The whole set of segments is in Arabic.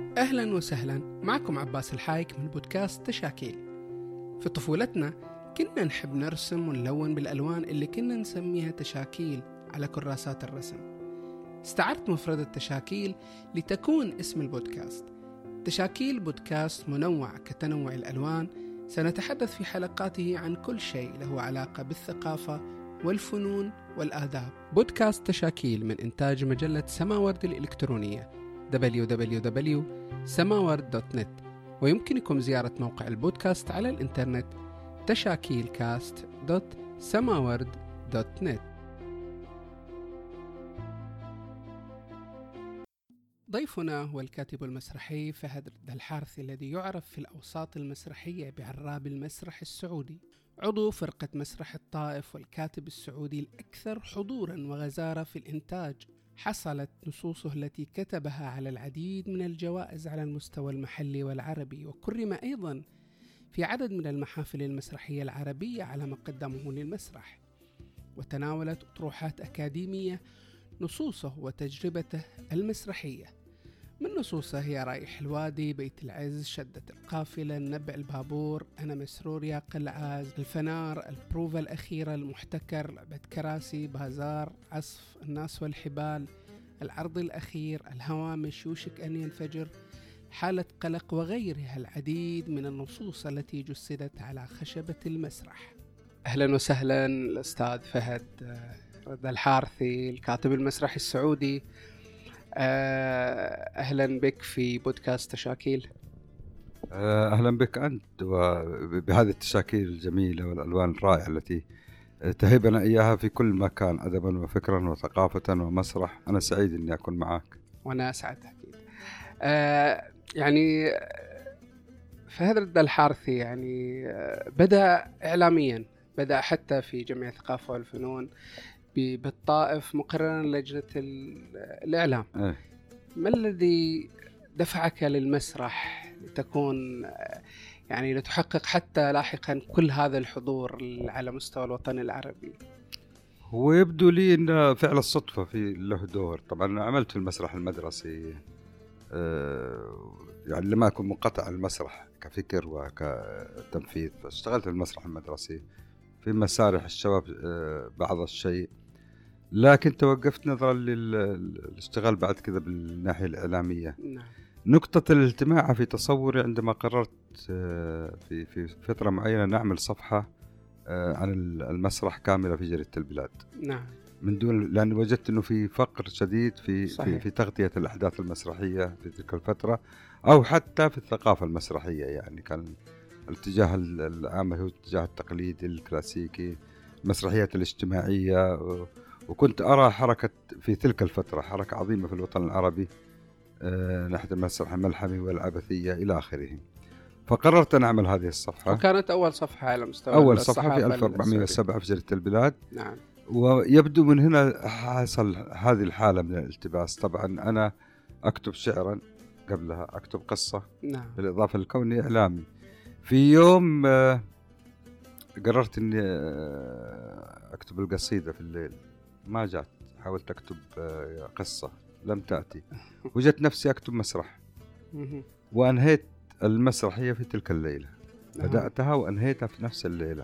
أهلا وسهلا، معكم عباس الحايك من بودكاست تشاكيل. في طفولتنا كنا نحب نرسم ونلون بالألوان اللي كنا نسميها تشاكيل على كراسات الرسم. استعرت مفردة تشاكيل لتكون اسم البودكاست. تشاكيل بودكاست منوع كتنوع الألوان، سنتحدث في حلقاته عن كل شيء له علاقة بالثقافة والفنون والآداب. بودكاست تشاكيل من إنتاج مجلة سماورد الإلكترونية www.samaward.net، ويمكنكم زيارة موقع البودكاست على الإنترنت tashakilcast.samaward.net. ضيفنا هو الكاتب المسرحي فهد الحارثي، الذي يعرف في الأوساط المسرحية بعراب المسرح السعودي، عضو فرقة مسرح الطائف والكاتب السعودي الأكثر حضوراً وغزارة في الإنتاج. حصلت نصوصه التي كتبها على العديد من الجوائز على المستوى المحلي والعربي، وكرم أيضاً في عدد من المحافل المسرحية العربية على ما قدمه للمسرح، وتناولت أطروحات أكاديمية نصوصه وتجربته المسرحية. من نصوصه هي رايح الوادي، بيت العز، شدة القافلة، النبع، البابور، أنا مسرور يا قلعاز، الفنار، البروفة الأخيرة، المحتكر، لعبة كراسي، بازار، عصف، الناس والحبال، العرض الأخير، الهوامش، يوشك أن ينفجر، حالة قلق، وغيرها العديد من النصوص التي جسدت على خشبة المسرح. أهلا وسهلا الأستاذ فهد الحارثي، الكاتب المسرحي السعودي. أهلا بك في بودكاست تشاكيل. أهلا بك أنت وبهذه التشاكيل الجميلة والألوان الرائعة التي تهبنا إياها في كل مكان، أدبا وفكرا وثقافة ومسرح. أنا سعيد أني أكون معك. وأنا أسعد أكيد. يعني فهد الحارثي يعني بدأ إعلاميا، بدأ حتى في جمعية الثقافة والفنون بالطائف مقررا لجنة الإعلام. ما الذي دفعك للمسرح لتكون يعني لتحقق حتى لاحقا كل هذا الحضور على مستوى الوطن العربي؟ هو يبدو لي أن فعل الصدفة في له دور. طبعا عملت في المسرح المدرسي، يعني لما أكون منقطع عن المسرح كفكر وكتنفيذ، فاشتغلت في المسرح المدرسي في مسارح الشباب بعض الشيء، لكن توقفت نظرا للاشتغال بعد كذا بالناحية الإعلامية. نعم. نقطة الالتماع في تصوري عندما قررت في فترة معينة نعمل صفحة عن المسرح كاملة في جريدة البلاد. نعم. من دون، لأن وجدت أنه في فقر شديد في تغطية الأحداث المسرحية في تلك الفترة، أو حتى في الثقافة المسرحية. يعني كان الاتجاه العام هو الاتجاه التقليدي الكلاسيكي، المسرحيات الاجتماعية. وكنت أرى حركة في تلك الفترة حركة عظيمة في الوطن العربي ناحية المسرح الملحمي والعبثية إلى آخره. فقررت أن أعمل هذه الصفحة، وكانت أول صفحة على مستوى أول صفحة في 1407 في جريدة البلاد. نعم. ويبدو من هنا حصل هذه الحالة من الالتباس. طبعا أنا أكتب شعرا، قبلها أكتب قصة. نعم. بالإضافة لكوني إعلامي. في يوم قررت أني أكتب القصيدة في الليل، ما جات. حاولت أكتب قصة، لم تأتي. وجدت نفسي أكتب مسرح، وأنهيت المسرحية في تلك الليلة. بدأتها وأنهيتها في نفس الليلة،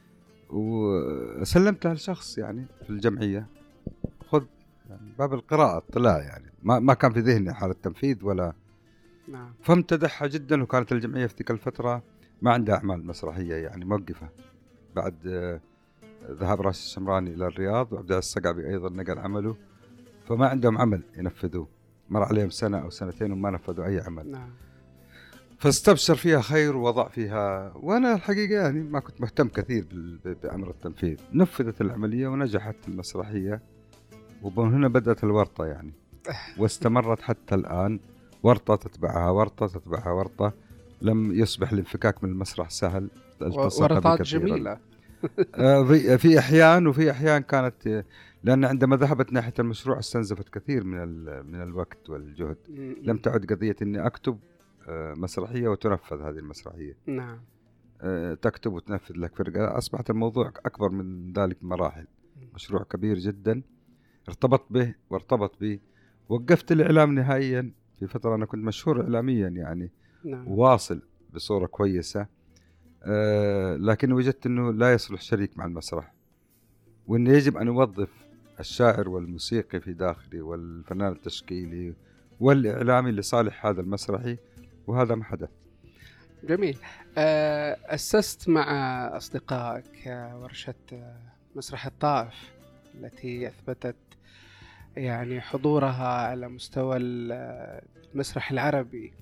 وسلمتها لشخص يعني في الجمعية، خذ يعني باب القراءة اطلاع. يعني ما كان في ذهني حالة تنفيذ ولا. نعم. فامتدحها جدا. وكانت الجمعية في تلك الفترة ما عندها أعمال مسرحية، يعني موقفة بعد ذهاب راشد الشمراني إلى الرياض، وعبد العزيز الصقعبي أيضا نقل عمله، فما عندهم عمل ينفذوه. مر عليهم سنة أو سنتين وما نفذوا أي عمل. نعم. فاستبشر فيها خير ووضع فيها، وأنا الحقيقة يعني ما كنت مهتم كثير بأمر التنفيذ. نفذت العملية ونجحت المسرحية، ومن هنا بدأت الورطة يعني، واستمرت حتى الآن. ورطة تتبعها ورطة تتبعها ورطة، لم يصبح الانفكاك من المسرح سهل. ورطات جميلة. في أحيان، وفي أحيان كانت، لأن عندما ذهبت ناحية المشروع استنزفت كثير من الوقت والجهد. لم تعد قضية إني أكتب مسرحية وتنفذ هذه المسرحية. نعم. تكتب وتنفذ لك فرقة. أصبحت الموضوع أكبر من ذلك بمراحل، مشروع كبير جدا. ارتبط به وارتبط بي. وقفت الإعلام نهائيا في فترة أنا كنت مشهور إعلاميا يعني، نعم. واصل بصورة كويسة، لكن وجدت أنه لا يصلح شريك مع المسرح، وأنه يجب أن يوظف الشاعر والموسيقي في داخلي والفنان التشكيلي والإعلامي لصالح هذا المسرحي، وهذا ما حدث. جميل. أسست مع أصدقائك ورشة مسرح الطائف التي أثبتت يعني حضورها على مستوى المسرح العربي.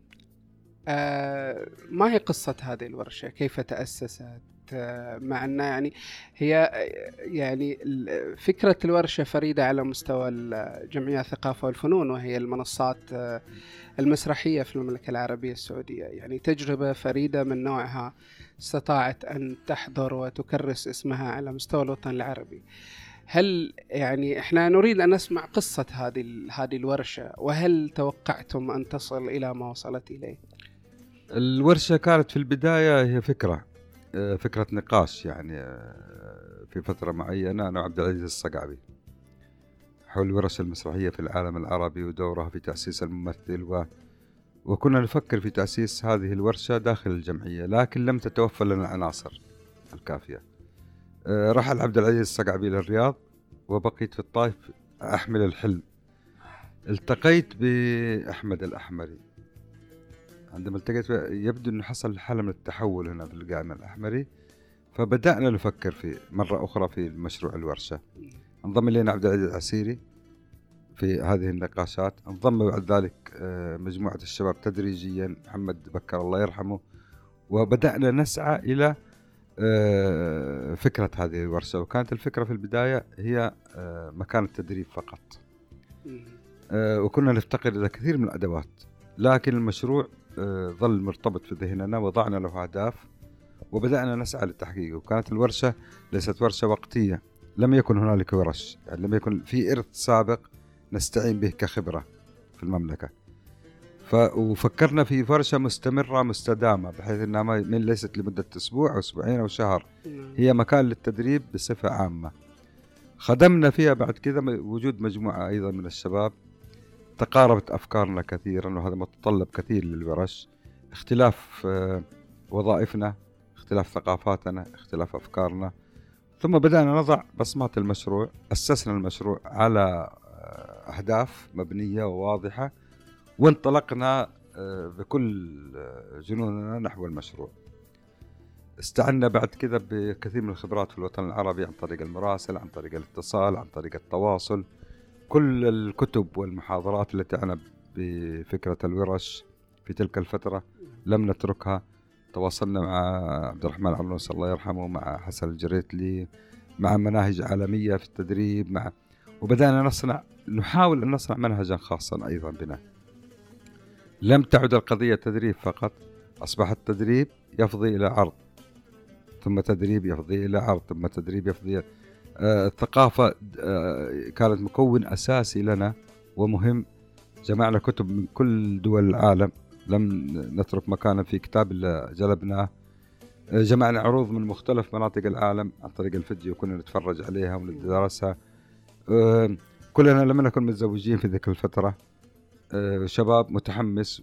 ما هي قصة هذه الورشة؟ كيف تأسست؟ مع أن يعني هي يعني فكرة الورشة فريدة على مستوى جمعية الثقافة والفنون، وهي المنصات المسرحية في المملكة العربية السعودية، يعني تجربة فريدة من نوعها استطاعت أن تحضر وتكرس اسمها على مستوى الوطن العربي. هل يعني إحنا نريد أن نسمع قصة هذه الورشة، وهل توقعتم أن تصل إلى ما وصلت إليه؟ الورشة كانت في البداية هي فكرة نقاش يعني في فترة معينة أنا وعبد العزيز الصقعبي حول الورش المسرحية في العالم العربي ودورها في تأسيس الممثل، وكنا نفكر في تأسيس هذه الورشة داخل الجمعية، لكن لم تتوفر لنا العناصر الكافية. رحل عبد العزيز الصقعبي للرياض وبقيت في الطائف أحمل الحلم. التقيت بأحمد الأحمري، عندما التقيت يبدو أنه حصل حالة من التحول هنا في القائمة الأحمري، فبدأنا نفكر في مرة أخرى في مشروع الورشة. انضم إلينا عبد العزيز العسيري في هذه النقاشات، انضم بعد ذلك مجموعة الشباب تدريجيا، محمد بكر الله يرحمه، وبدأنا نسعى إلى فكرة هذه الورشة. وكانت الفكرة في البداية هي مكان التدريب فقط، وكنا نفتقر إلى كثير من الأدوات، لكن المشروع ظل مرتبط في ذهننا، وضعنا له أهداف وبدأنا نسعى للتحقيق. وكانت الورشة ليست ورشة وقتية، لم يكن هنالك ورش، يعني لم يكن في إرث سابق نستعين به كخبرة في المملكة، وفكرنا في ورشة مستمرة مستدامة، بحيث أنها من ليست لمدة أسبوع أو أسبوعين أو شهر، هي مكان للتدريب بصفة عامة. خدمنا فيها بعد كذا وجود مجموعة أيضا من الشباب، تقاربت أفكارنا كثيرا، وهذا متطلب كثير للورش، اختلاف وظائفنا، اختلاف ثقافاتنا، اختلاف أفكارنا. ثم بدأنا نضع بصمات المشروع، أسسنا المشروع على أهداف مبنية وواضحة، وانطلقنا بكل جنوننا نحو المشروع. استعنا بعد كذا بكثير من الخبرات في الوطن العربي عن طريق المراسل، عن طريق الاتصال، عن طريق التواصل. كل الكتب والمحاضرات التي تعنى بفكرة الورش في تلك الفترة لم نتركها. تواصلنا مع عبد الرحمن العنوس الله يرحمه، مع حسن الجريتلي، مع مناهج عالمية في التدريب، وبدأنا نحاول أن نصنع منهجا خاصا أيضا بنا. لم تعد القضية تدريب فقط، أصبح التدريب يفضي إلى عرض، ثم تدريب يفضي إلى عرض، ثم تدريب يفضي. الثقافة كانت مكون أساسي لنا ومهم. جمعنا كتب من كل دول العالم، لم نترك مكانا في كتاب إلا جلبناه. جمعنا عروض من مختلف مناطق العالم عن طريق الفيديو، كنا نتفرج عليها وندرسها. كلنا لم نكن متزوجين في ذيك الفترة، شباب متحمس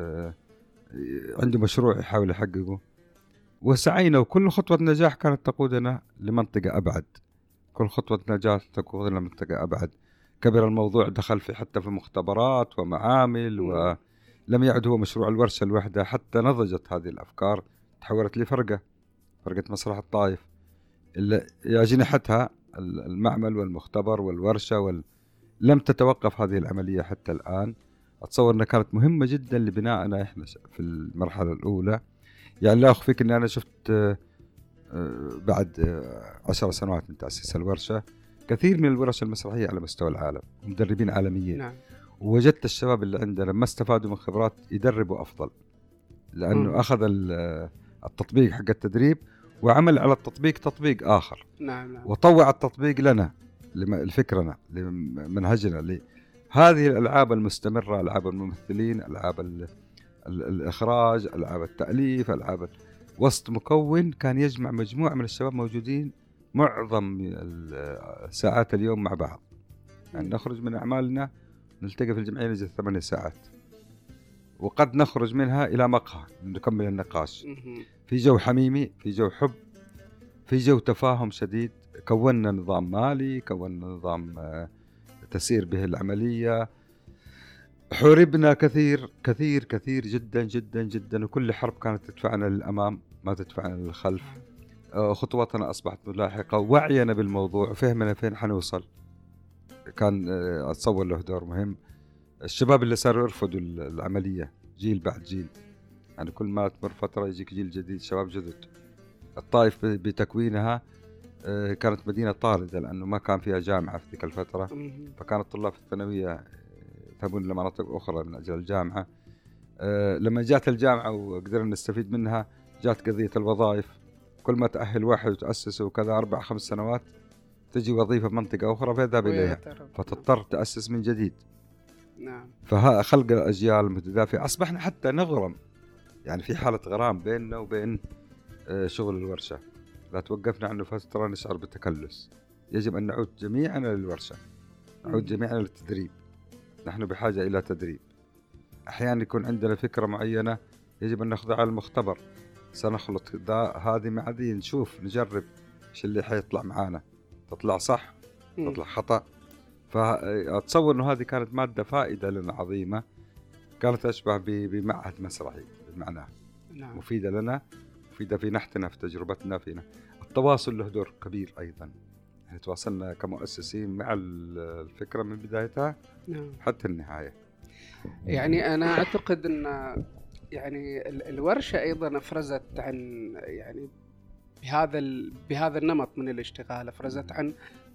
عنده مشروع يحاول يحققه، وسعينا، وكل خطوة نجاح كانت تقودنا لمنطقة أبعد، كل خطوة نجاح تقودنا لمنطقة أبعد. كبر الموضوع، دخل حتى في مختبرات ومعامل، ولم يعد هو مشروع الورشة الوحدة، حتى نضجت هذه الأفكار، تحولت لفرقة مسرح الطائف اللي أجنحتها المعمل والمختبر والورشة لم تتوقف هذه العملية حتى الآن. أتصور أنها كانت مهمة جدا لبنائنا إحنا في المرحلة الأولى. يعني لا أخفيك أن أنا شفت بعد 10 سنوات من تأسيس الورشة كثير من الورش المسرحية على مستوى العالم، مدربين عالميين. نعم. ووجدت الشباب اللي عندنا ما استفادوا من خبرات يدربوا أفضل، لأنه أخذ التطبيق حق التدريب وعمل على التطبيق تطبيق آخر. نعم. وطوع التطبيق لنا، لفكرنا، لمنهجنا، هذه الألعاب المستمرة، ألعاب الممثلين، ألعاب الإخراج، ألعاب التأليف، ألعاب وسط مكون كان يجمع مجموعة من الشباب موجودين معظم ساعات اليوم مع بعض. يعني نخرج من أعمالنا نلتقي في الجمعية نجد 8 ساعات وقد نخرج منها إلى مقهى نكمل النقاش في جو حميمي، في جو حب، في جو تفاهم شديد. كونا نظام مالي، كونا نظام تسير به العملية. حوربنا كثير كثير كثير جدا جدا جدا، وكل حرب كانت تدفعنا للأمام ما تدفعنا للخلف. خطواتنا أصبحت ملاحقة، وعينا بالموضوع، فهمنا فين حنوصل كان أتصور له دور مهم. الشباب اللي صاروا يرفضوا العملية جيل بعد جيل، يعني كل ما تمر فترة يجيك جيل جديد، شباب جدد. الطائف بتكوينها كانت مدينة طاردة لأنه ما كان فيها جامعة في تلك الفترة، فكانت الطلاب في الثانوية يذهبون لمناطق أخرى من أجل الجامعة. لما جات الجامعة وقدرنا نستفيد منها، جات قضية الوظائف. كل ما تأهل واحد وتأسسه وكذا 4-5 سنوات تجي وظيفة بمنطقة أخرى فيذهب إليها، فتضطر تأسس من جديد. نعم. فخلق الأجيال المتدافئة. أصبحنا حتى نغرم، يعني في حالة غرام بيننا وبين شغل الورشة. لا توقفنا عنه فترة نشعر بالتكلس. يجب أن نعود جميعنا للورشة، نعود جميعنا للتدريب. نحن بحاجة إلى تدريب. أحيانا يكون عندنا فكرة معينة يجب أن ناخذها على المختبر، سنخلط هذه مع ذي، نشوف نجرب إيش اللي حيطلع معانا، تطلع صح تطلع خطأ. فأتصور أنه هذه كانت مادة فائدة لنا عظيمة، كانت أشبه بمعهد مسرحي بمعنى. نعم. مفيدة لنا، مفيدة في نحتنا، في تجربتنا فينا. التواصل له دور كبير أيضا، يعني تواصلنا كمؤسسين مع الفكرة من بدايتها نعم. حتى النهاية. يعني أنا أعتقد أن يعني الورشة أيضا أفرزت عن يعني بهذا النمط من الاشتغال، أفرزت عن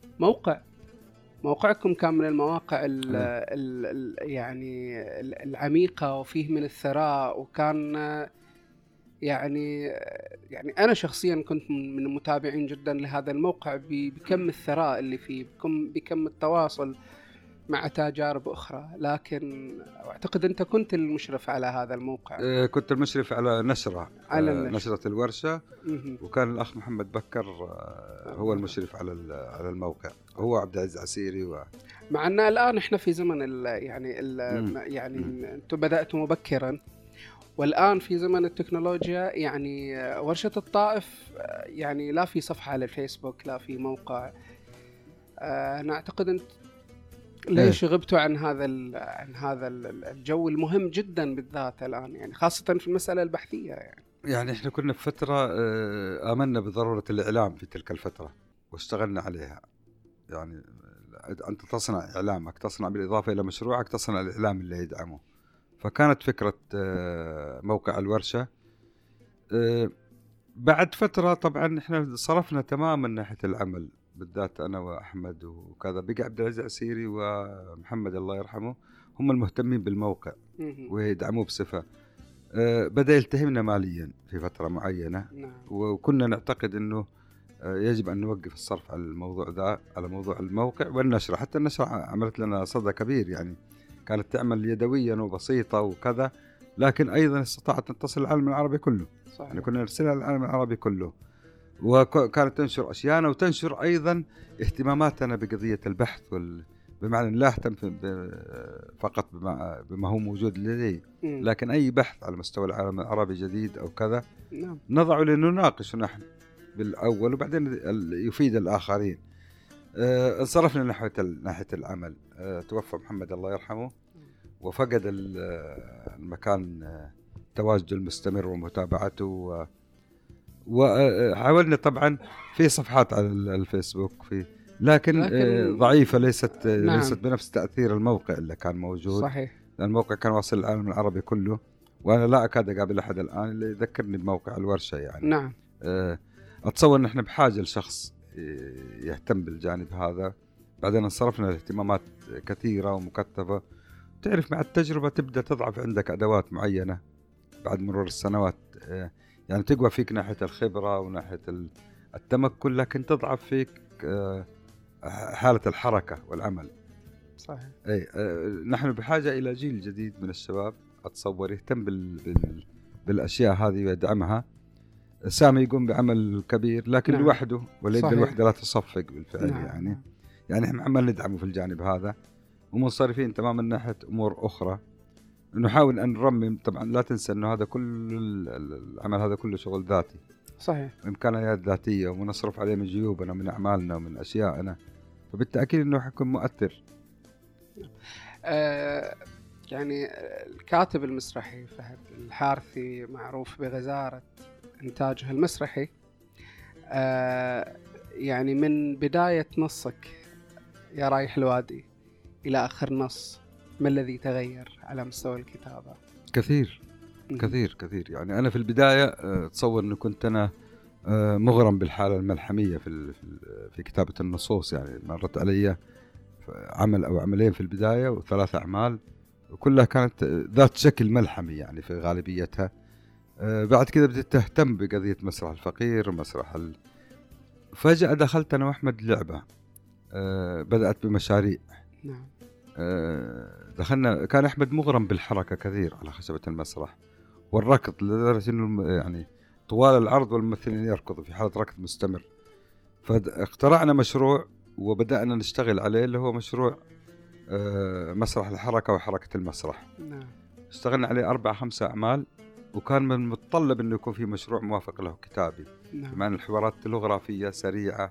موقعكم كان من المواقع يعني العميقة وفيه من الثراء، وكان يعني أنا شخصيا كنت من المتابعين جدا لهذا الموقع بكم الثراء اللي فيه، بكم التواصل مع تجارب أخرى. لكن أعتقد أنت كنت المشرف على هذا الموقع. كنت المشرف على نشرة، على نشرة الورشة. وكان الأخ محمد بكر هو المشرف على الموقع، هو عبد العزيز عسيري. مع أن الآن إحنا في زمن يعني أنتم بدأتوا مبكرا، والآن في زمن التكنولوجيا. يعني ورشة الطائف يعني لا في صفحة على الفيسبوك، لا في موقع. أنا أعتقد أنت ليش غبتوا عن هذا الجو المهم جدا بالذات الآن، يعني خاصة في المسألة البحثية. يعني إحنا كنا في فترة آمنا بضرورة الإعلام في تلك الفترة واشتغلنا عليها. يعني أنت تصنع إعلامك، تصنع بالإضافة إلى مشروعك تصنع الإعلام اللي يدعمه. فكانت فكرة موقع الورشة. بعد فترة طبعا إحنا صرفنا تماما ناحية العمل، بالذات أنا وأحمد وكذا. بقى عبد العزيز عسيري ومحمد الله يرحمه هم المهتمين بالموقع ويدعموه بصفة. بدأ يلتهمنا ماليا في فترة معينة. وكنا نعتقد أنه يجب أن نوقف الصرف على الموضوع ذا، على موضوع الموقع والنشرة. حتى النشرة عملت لنا صدى كبير، يعني كانت تعمل يدويا وبسيطة وكذا، لكن أيضا استطاعت أن تصل العالم العربي كله. صحيح. يعني كنا نرسلها للعالم العربي كله، وكانت تنشر أشياءنا وتنشر أيضا اهتماماتنا بقضية البحث بمعنى لا أهتم فقط بما هو موجود لدي، لكن أي بحث على مستوى العالم العربي جديد أو كذا نضعه لنناقش نحن بالأول، وبعدين يفيد الآخرين. انصرفنا ناحية العمل. توفى محمد الله يرحمه، وفقد المكان تواجده المستمر ومتابعته. وحاولنا طبعا في صفحات على الفيسبوك لكن ضعيفة، ليست بنفس تأثير الموقع اللي كان موجود. صحيح. لأن الموقع كان واصل للعالم العربي كله، وأنا لا أكاد أقابل أحد الآن اللي يذكرني بموقع الورشة. يعني نعم. أتصور أن احنا بحاجة لشخص يهتم بالجانب هذا. بعدين انصرفنا لاهتمامات كثيرة ومكثفة. تعرف مع التجربة تبدأ تضعف عندك أدوات معينة بعد مرور السنوات، يعني تقوى فيك ناحية الخبرة وناحية التمكن، لكن تضعف فيك حالة الحركة والعمل. صحيح. نحن بحاجة إلى جيل جديد من الشباب أتصور يهتم بالأشياء هذه ويدعمها. سامي يقوم بعمل كبير لكن نعم. لوحده، واليد الوحدة لا تصفق بالفعل. نعم. يعني احنا عمال ندعمه في الجانب هذا، ومنصرفين تماما ناحية أمور أخرى. نحاول أن نرمم. طبعا لا تنسى أنه هذا كل العمل هذا كله شغل ذاتي، صحيح، إمكانيات ذاتية، ونصرف عليه من جيوبنا ومن أعمالنا ومن أشيائنا، فبالتأكيد أنه حيكون مؤثر. يعني الكاتب المسرحي فهد الحارثي معروف بغزارة إنتاجه المسرحي. يعني من بداية نصك يا رايح الوادي إلى آخر نص، ما الذي تغير على مستوى الكتابة؟ كثير كثير كثير. يعني أنا في البداية أتصور أنه كنت أنا مغرم بالحالة الملحمية في كتابة النصوص. يعني مرت علي عمل أو عملين في البداية و3 أعمال، وكلها كانت ذات شكل ملحمي يعني في غالبيتها. بعد كده بدأت تهتم بقضية مسرح الفقير ومسرح فجأة دخلت أنا وأحمد لعبة، بدأت بمشاريع. نعم. دخلنا، كان أحمد مغرم بالحركة كثير على خشبة المسرح والركض، لدرجة أنه يعني طوال العرض والممثلين يركضوا في حالة ركض مستمر. فاخترعنا مشروع وبدأنا نشتغل عليه، اللي هو مشروع مسرح الحركة وحركة المسرح. نعم. اشتغلنا عليه 4-5 أعمال، وكان من المتطلب أنه يكون في مشروع موافق له كتابي. نعم. مع أن الحوارات تلغرافية سريعة.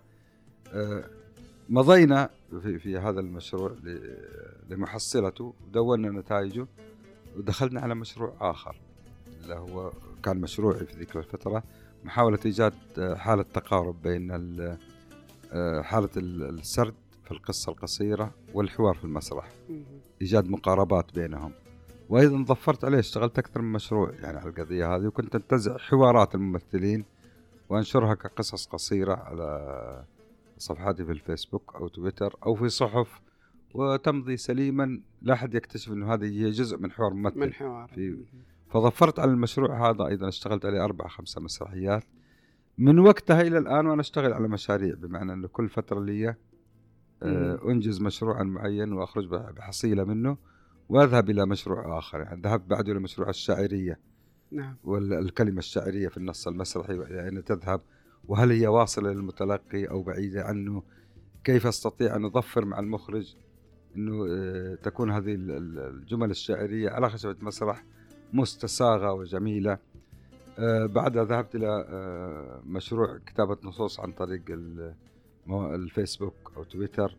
مضينا في هذا المشروع لمحصلته، ودونا نتائجه، ودخلنا على مشروع آخر اللي هو كان مشروعي في ذيك الفترة، محاولة إيجاد حالة تقارب بين حالة السرد في القصة القصيرة والحوار في المسرح، إيجاد مقاربات بينهم. وأيضا ظفرت عليه، اشتغلت أكثر من مشروع يعني على القضية هذه، وكنت أنتزع حوارات الممثلين وأنشرها كقصص قصيرة على صفحاتي في الفيسبوك أو تويتر أو في صحف، وتمضي سليما لا أحد يكتشف أنه هذه هي جزء من حوار ممثل من حوار. فظفرت على المشروع هذا. أيضا اشتغلت عليه 4-5 مسرحيات من وقتها إلى الآن، وأنا أشتغل على مشاريع، بمعنى أنه كل فترة لي أنجز مشروعا معين وأخرج بحصيلة منه وأذهب إلى مشروع آخر. يعني ذهبت بعده إلى مشروع الشاعرية. نعم. والكلمة الشاعرية في النص المسرحي إلى أين تذهب، وهل هي واصلة للمتلقي أو بعيدة عنه، كيف أستطيع أن أظفر مع المخرج أنه تكون هذه الجمل الشاعرية على خشبة مسرح مستساغة وجميلة. بعدها ذهبت إلى مشروع كتابة نصوص عن طريق الفيسبوك أو تويتر.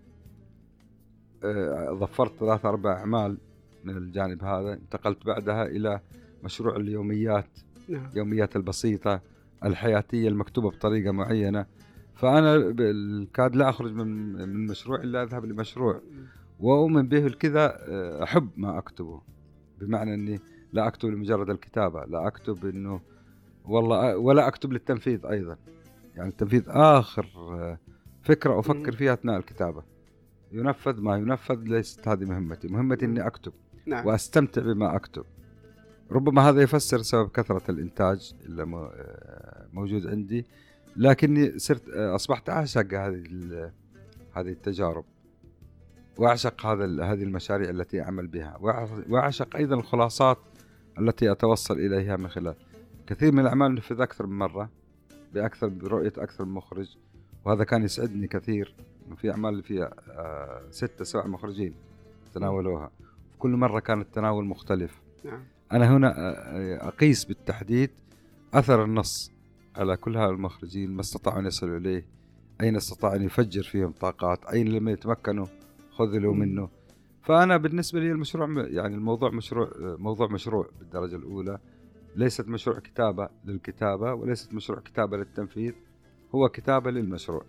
ظفرت 3-4 أعمال من الجانب هذا. انتقلت بعدها إلى مشروع اليوميات. نعم. يوميات البسيطة الحياتية المكتوبة بطريقة معينة. فأنا كاد لا أخرج من مشروع إلا أذهب لمشروع، وأؤمن به الكذا. أحب ما أكتبه، بمعنى أني لا أكتب لمجرد الكتابة، لا أكتب إنه والله، ولا أكتب للتنفيذ أيضا. يعني التنفيذ آخر فكرة أفكر فيها أثناء الكتابة. ينفذ ما ينفذ ليست هذه مهمتي. مهمتي إني أكتب. نعم. وأستمتع بما أكتب. ربما هذا يفسر سبب كثرة الإنتاج اللي موجود عندي، لكني أصبحت أعشق هذه التجارب، وأعشق هذه المشاريع التي أعمل بها، وأعشق أيضا الخلاصات التي أتوصل إليها من خلال كثير من الأعمال. نفذ أكثر من مرة برؤية أكثر من مخرج، وهذا كان يسعدني كثير. في أعمال فيها 6-7 مخرجين تناولوها، كل مرة كان التناول مختلف. نعم. أنا هنا أقيس بالتحديد أثر النص على كل هؤلاء المخرجين، ما استطاعوا أن يصلوا إليه، أين استطاع أن يفجر فيهم طاقات، أين لم يتمكنوا خذلوا منه. فأنا بالنسبة لي المشروع، يعني الموضوع موضوع مشروع بالدرجة الأولى، ليست مشروع كتابة للكتابة، وليست مشروع كتابة للتنفيذ، هو كتابة للمشروع.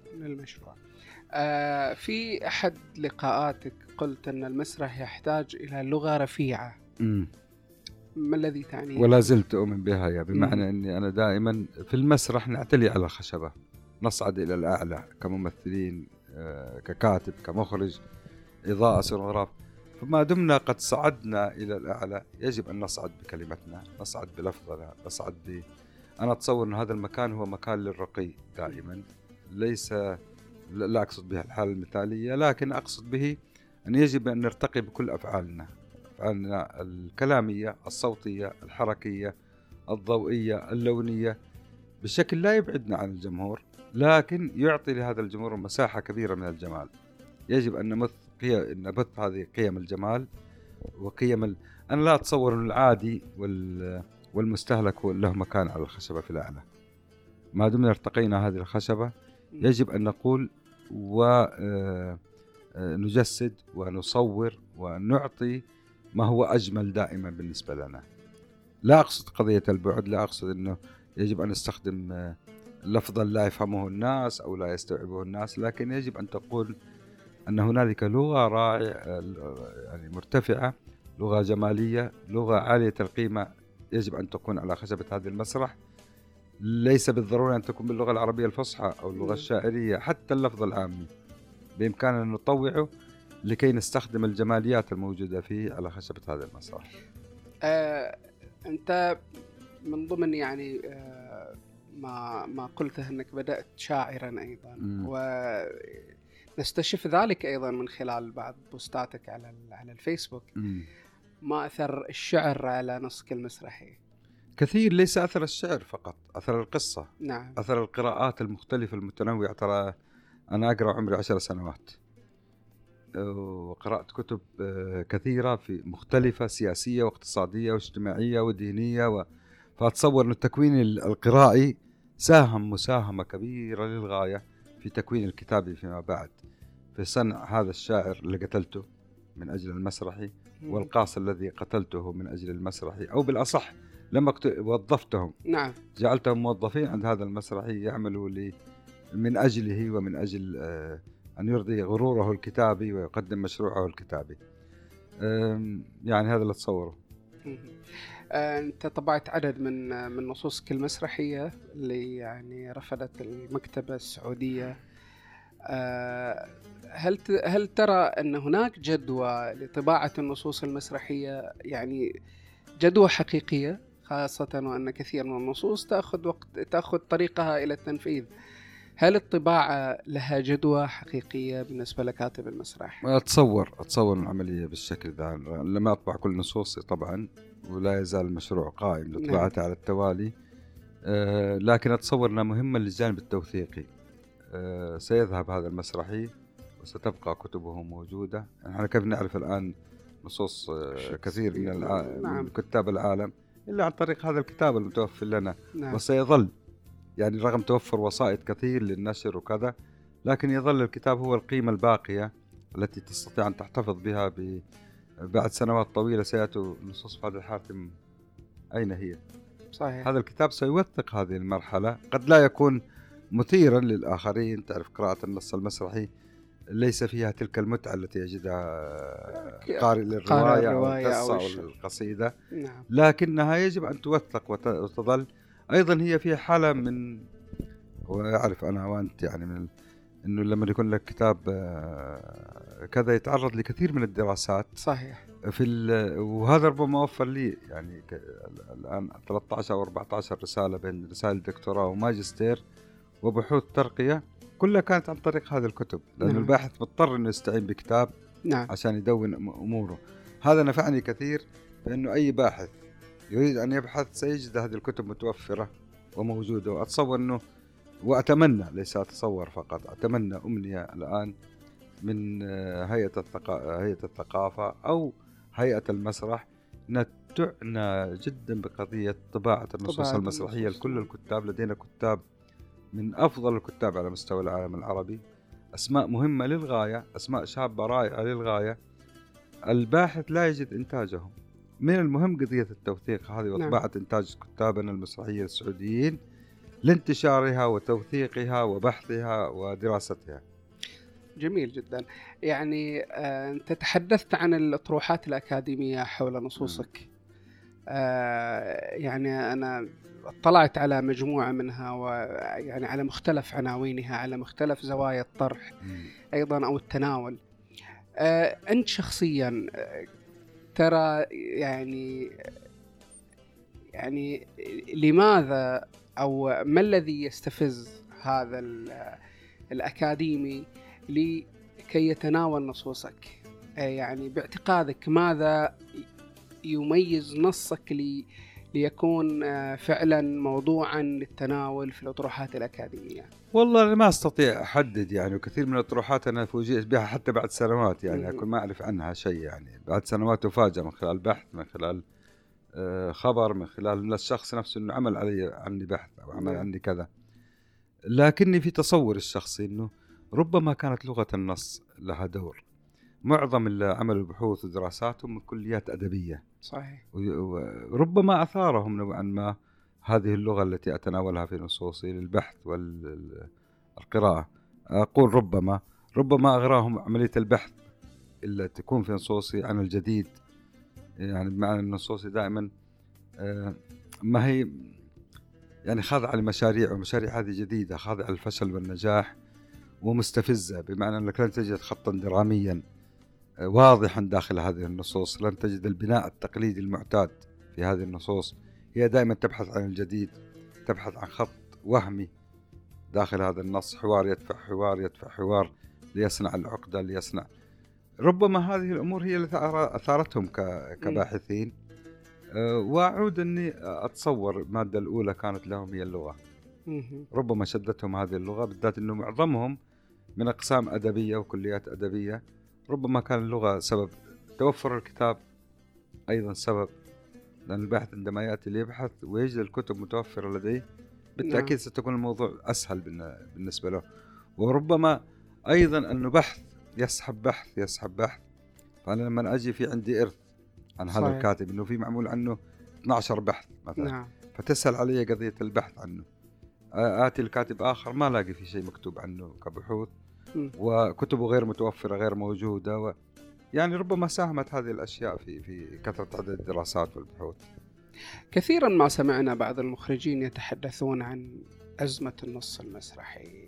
في أحد لقاءاتك قلت أن المسرح يحتاج إلى لغة رفيعة. ما الذي تعنيه؟ ولا زلت أؤمن بها، بمعنى أني أنا دائما في المسرح نعتلي على الخشبة، نصعد إلى الأعلى كممثلين، ككاتب، كمخرج، إضاءة، سينوغراف. فما دمنا قد صعدنا إلى الأعلى يجب أن نصعد بكلمتنا، نصعد بلفظنا، نصعد أنا أتصور أن هذا المكان هو مكان للرقي دائما. ليس لا أقصد به الحالة المثالية، لكن أقصد به أن يجب أن نرتقي بكل أفعالنا الكلامية، الصوتية، الحركية، الضوئية، اللونية، بشكل لا يبعدنا عن الجمهور، لكن يعطي لهذا الجمهور مساحة كبيرة من الجمال. يجب أن نبث هذه قيم الجمال وقيم أنا لا أتصور أن العادي والمستهلك له مكان على الخشبة في الأعلى. ما دمنا ارتقينا هذه الخشبة يجب أن نقول ونجسد ونصور ونعطي ما هو أجمل دائما بالنسبة لنا. لا أقصد قضية البعد، لا أقصد أنه يجب أن نستخدم لفظا لا يفهمه الناس أو لا يستوعبه الناس، لكن يجب أن تقول أن هنالك لغة رائعة يعني مرتفعة، لغة جمالية، لغة عالية القيمة يجب أن تكون على خشبة هذا المسرح. ليس بالضرورة أن تكون باللغة العربية الفصحى أو اللغة الشاعرية، حتى اللفظ العامي بإمكاننا أن نطوعه لكي نستخدم الجماليات الموجودة فيه على خشبة هذا المسرح. أنت من ضمن يعني ما قلته أنك بدأت شاعرا أيضا، ونستشف ذلك أيضا من خلال بعض بوستاتك على الفيسبوك. ما أثر الشعر على نسق المسرحي؟ كثير. ليس أثر الشعر فقط، أثر القصة. نعم. أثر القراءات المختلفة المتنوعة. ترى أنا أقرأ عمري 10 سنوات وقرأت كتب كثيرة في مختلفة، سياسية واقتصادية واجتماعية ودينية فأتصور أن التكوين القرائي ساهم مساهمة كبيرة للغاية في تكوين الكتابي فيما بعد، في صنع هذا الشاعر اللي قتلته من أجل المسرحي والقاص الذي قتلته من أجل المسرحي، أو بالأصح لما وظفتهم. نعم. جعلتهم موظفين عند هذا المسرحي يعملوا من أجله ومن أجل أن يرضي غروره الكتابي ويقدم مشروعه الكتابي. يعني هذا اللي أتصوره. أنت طبعت عدد من نصوصك المسرحية اللي يعني رفضت المكتبة السعودية. هل ترى أن هناك جدوى لطباعة النصوص المسرحية، يعني جدوى حقيقية، خاصة وأن كثير من النصوص تأخذ طريقها إلى التنفيذ؟ هل الطباعة لها جدوى حقيقية بالنسبة لكاتب المسرح؟ أتصور العملية بالشكل ذا. لما أطبع كل نصوصي طبعا، ولا يزال المشروع قائم لطباعتها على التوالي، لكن أتصور أنها مهمة للجانب التوثيقي. سيذهب هذا المسرحي وستبقى كتبه موجودة. نحن كيف نعرف الآن نصوص كثير من كتاب العالم إلا عن طريق هذا الكتاب المتوفر لنا. وسيظل يعني رغم توفر وسائط كثير للنشر وكذا، لكن يظل الكتاب هو القيمة الباقية التي تستطيع أن تحتفظ بها بعد سنوات طويلة. سيأتي نصوص فهد الحارثي أين هي؟ صحيح. هذا الكتاب سيوثق هذه المرحلة. قد لا يكون مثيرا للآخرين، تعرف قراءة النص المسرحي ليس فيها تلك المتعة التي يجدها قارئ للرواية أو القصة أو القصيدة. نعم. لكنها يجب أن توثق وتظل. أيضا هي فيها حالة من، وأعرف أنا وأنت يعني من إنه لما يكون لك كتاب كذا يتعرض لكثير من الدراسات. صحيح. وهذا ربما وفر لي يعني الآن 13 أو 14 رسالة بين رسائل دكتوراه وماجستير وبحوث ترقية، كلها كانت عن طريق هذه الكتب، لأن الباحث مضطر إنه يستعين بكتاب عشان يدون أموره. هذا نفعني كثير، لأنه أي باحث يريد أن يبحث سيجد هذه الكتب متوفرة وموجودة. وأتصور أنه، وأتمنى، ليس أتصور فقط، أتمنى أمنية الآن من هيئة الثقافة أو هيئة المسرح أن تعنى جدا بقضية طباعة النصوص المسرحية لكل الكتاب. لدينا كتاب من أفضل الكتاب على مستوى العالم العربي، أسماء مهمة للغاية، أسماء شابة رائعة للغاية. الباحث لا يجد إنتاجهم. من المهم قضية التوثيق هذه وطباعة إنتاج كتابنا المسرحية السعوديين لانتشارها وتوثيقها وبحثها ودراستها. جميل جدا. يعني أنت تحدثت عن الأطروحات الأكاديمية حول نصوصك. يعني أنا اطلعت على مجموعة منها، ويعني على مختلف عناوينها، على مختلف زوايا الطرح أيضا أو التناول. أنت شخصيا ترى يعني لماذا أو ما الذي يستفز هذا الأكاديمي لكي يتناول نصوصك؟ يعني باعتقادك ماذا يميز نصك ليكون فعلا موضوعا للتناول في الأطروحات الأكاديمية؟ والله أنا ما أستطيع أحدد يعني، وكثير من الأطروحات أنا فوجئت بها حتى بعد سنوات يعني أكون ما أعرف عنها شيء يعني، بعد سنوات أفاجأ من خلال بحث، من خلال خبر، من خلال الشخص نفسه إنه عمل عني بحث أو عمل عني كذا. لكني في تصور الشخصي إنه ربما كانت لغة النص لها دور. معظم اللي عملوا بحوث ودراساتهم من كليات أدبية. صحيح. وربما أثارهم نوعا ما هذه اللغة التي أتناولها في نصوصي للبحث والقراءة. أقول ربما أغراهم عملية البحث اللي تكون في نصوصي عن الجديد، يعني بمعنى النصوصي دائما ما هي يعني خاضعة لمشاريع، ومشاريع هذه جديدة خاضعة للفشل والنجاح ومستفزة، بمعنى أنك لن تجد خطا دراميا واضحا داخل هذه النصوص، لن تجد البناء التقليدي المعتاد في هذه النصوص. هي دائما تبحث عن الجديد، تبحث عن خط وهمي داخل هذا النص، حوار يدفع حوار يدفع حوار ليصنع العقدة، ليصنع. ربما هذه الأمور هي اللي أثارتهم كباحثين. وأعود أني أتصور المادة الأولى كانت لهم هي اللغة. ربما شدتهم هذه اللغة بالذات، أنه معظمهم من أقسام أدبية وكليات أدبية. ربما كان اللغة سبب، توفر الكتاب أيضا سبب، لأن الباحث عندما يأتي ليبحث ويجد الكتب متوفرة لديه بالتأكيد ستكون الموضوع أسهل بالنسبة له. وربما أيضا أنه بحث يسحب بحث. فأنا لما أجي في عندي إرث عن هذا الكاتب أنه في معمول عنه 12 بحث مثلا، فتسهل علي قضية البحث عنه. آتي الكاتب آخر ما لاقي في شيء مكتوب عنه كبحوث، وكتبه غير متوفرة غير موجودة، يعني ربما ساهمت هذه الأشياء في كثرة عدد الدراسات والبحوث. كثيرا ما سمعنا بعض المخرجين يتحدثون عن أزمة النص المسرحي،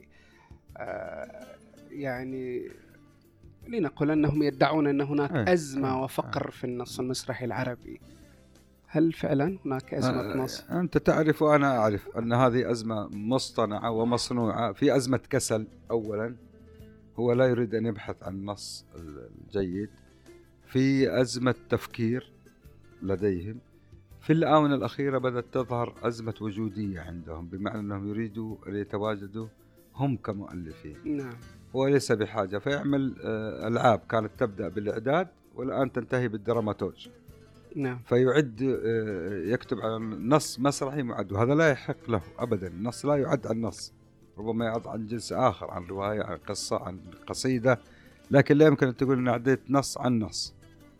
يعني لنقل أنهم يدعون أن هناك أزمة وفقر في النص المسرحي العربي. هل فعلا هناك أزمة نص؟ أنت تعرف وأنا أعرف أن هذه أزمة مصطنعة ومصنوعة. في أزمة كسل أولا، هو لا يريد أن يبحث عن النص الجيد. في أزمة تفكير لديهم. في الآونة الأخيرة بدأت تظهر أزمة وجودية عندهم، بمعنى أنهم يريدوا أن يتواجدوا هم كمؤلفين. نعم. هو ليس بحاجة، فيعمل ألعاب كانت تبدأ بالإعداد والآن تنتهي بالدراماتورج. نعم. فيعد يكتب على نص مسرحي معد، وهذا لا يحق له أبدا. النص لا يعد عن نص، ربما يعد عن جنس آخر، عن رواية، عن قصة، عن قصيدة، لكن لا يمكن أن تقول أن عديت نص عن نص.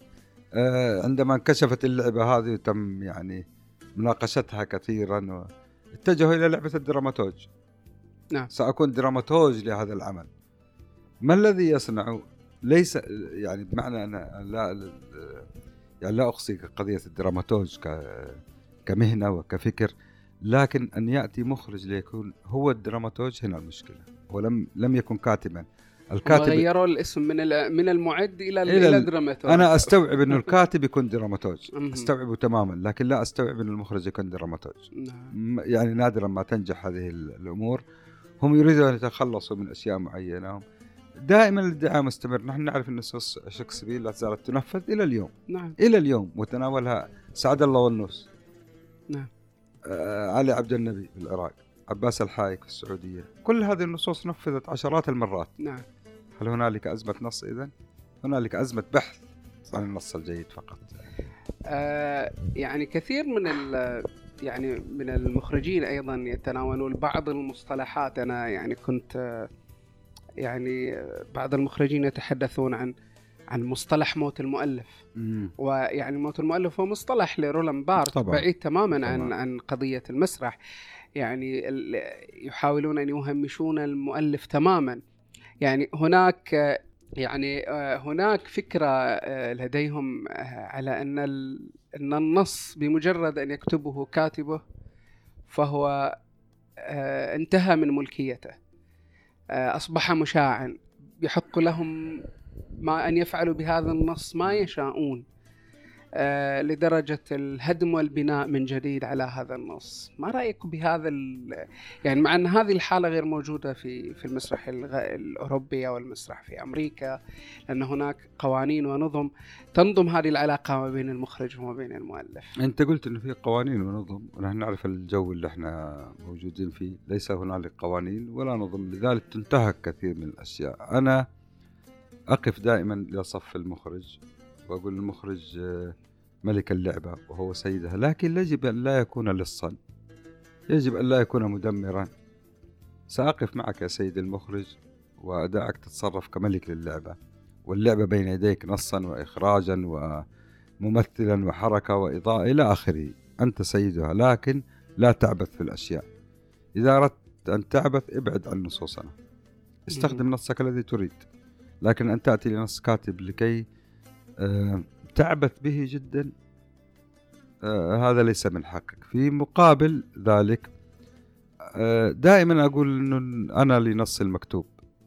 عندما انكشفت اللعبة هذه وتم يعني مناقشتها كثيرا، اتجهوا إلى لعبة الدراماتورج. نعم. سأكون دراماتورج لهذا العمل. ما الذي يصنع؟ ليس يعني بمعنى أنا لا أقصي قضية الدراماتورج كمهنة وكفكر، لكن أن يأتي مخرج ليكون هو الدراماتورج، هنا المشكلة. هو لم يكن كاتبا. الكاتب غيروا الاسم من المعد إلى الدراماتورج. أنا أستوعب أن الكاتب يكون دراماتورج، أستوعبه تماما، لكن لا أستوعب أن المخرج يكون دراماتورج. يعني نادرا ما تنجح هذه الأمور. هم يريدون أن يتخلصوا من أشياء معينة. دائما الادعاء مستمر. نحن نعرف أن نصوص شكسبير لا زالت تنفذ إلى اليوم. نعم. إلى اليوم، وتناولها سعد الله والنوس. نعم. علي عبد النبي في العراق، عباس الحايك في السعودية. كل هذه النصوص نفذت عشرات المرات. نعم. هل هنالك أزمة نص إذن؟ هنالك أزمة بحث عن النص الجيد فقط. يعني كثير من المخرجين أيضا يتناولون بعض المصطلحات. أنا يعني كنت يعني بعض المخرجين يتحدثون عن مصطلح موت المؤلف. ويعني موت المؤلف هو مصطلح لرولان بارت بعيد تماما عن قضية المسرح. يعني يحاولون أن يهمشون المؤلف تماما. يعني هناك فكرة لديهم على أن النص بمجرد أن يكتبه كاتبه فهو انتهى من ملكيته، أصبح مشاعا، يحق لهم أن يفعلوا بهذا النص ما يشاءون. لدرجة الهدم والبناء من جديد على هذا النص. ما رأيك بهذا يعني مع أن هذه الحالة غير موجودة في المسرح الأوروبي أو المسرح في أمريكا، لأن هناك قوانين ونظم تنظم هذه العلاقة ما بين المخرج وما بين المؤلف. أنت قلت إنه في قوانين ونظم، ونحن نعرف الجو اللي احنا موجودين فيه ليس هنالك قوانين ولا نظم، لذلك تنتهك كثير من الأشياء. أنا أقف دائما لصف المخرج وأقول المخرج ملك اللعبة وهو سيدها، لكن يجب أن لا يكون لصا، يجب أن لا يكون مدمرا. سأقف معك يا سيد المخرج وأدعك تتصرف كملك للعبة، واللعبة بين يديك نصا وإخراجا وممثلا وحركة وإضاءة إلى آخره، أنت سيدها، لكن لا تعبث في الأشياء. إذا أردت أن تعبث ابعد عن نصوصنا، استخدم نصك الذي تريد، لكن أن تأتي لنص كاتب لكي تعبث به جدا هذا ليس من حقك. في مقابل ذلك دائما أقول أنه أنا لنص المكتوب،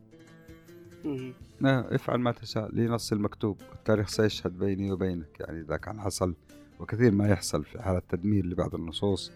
افعل ما تشاء، لنص المكتوب، التاريخ سيشهد بيني وبينك. يعني إذا كان حصل، وكثير ما يحصل في حالة تدمير لبعض النصوص،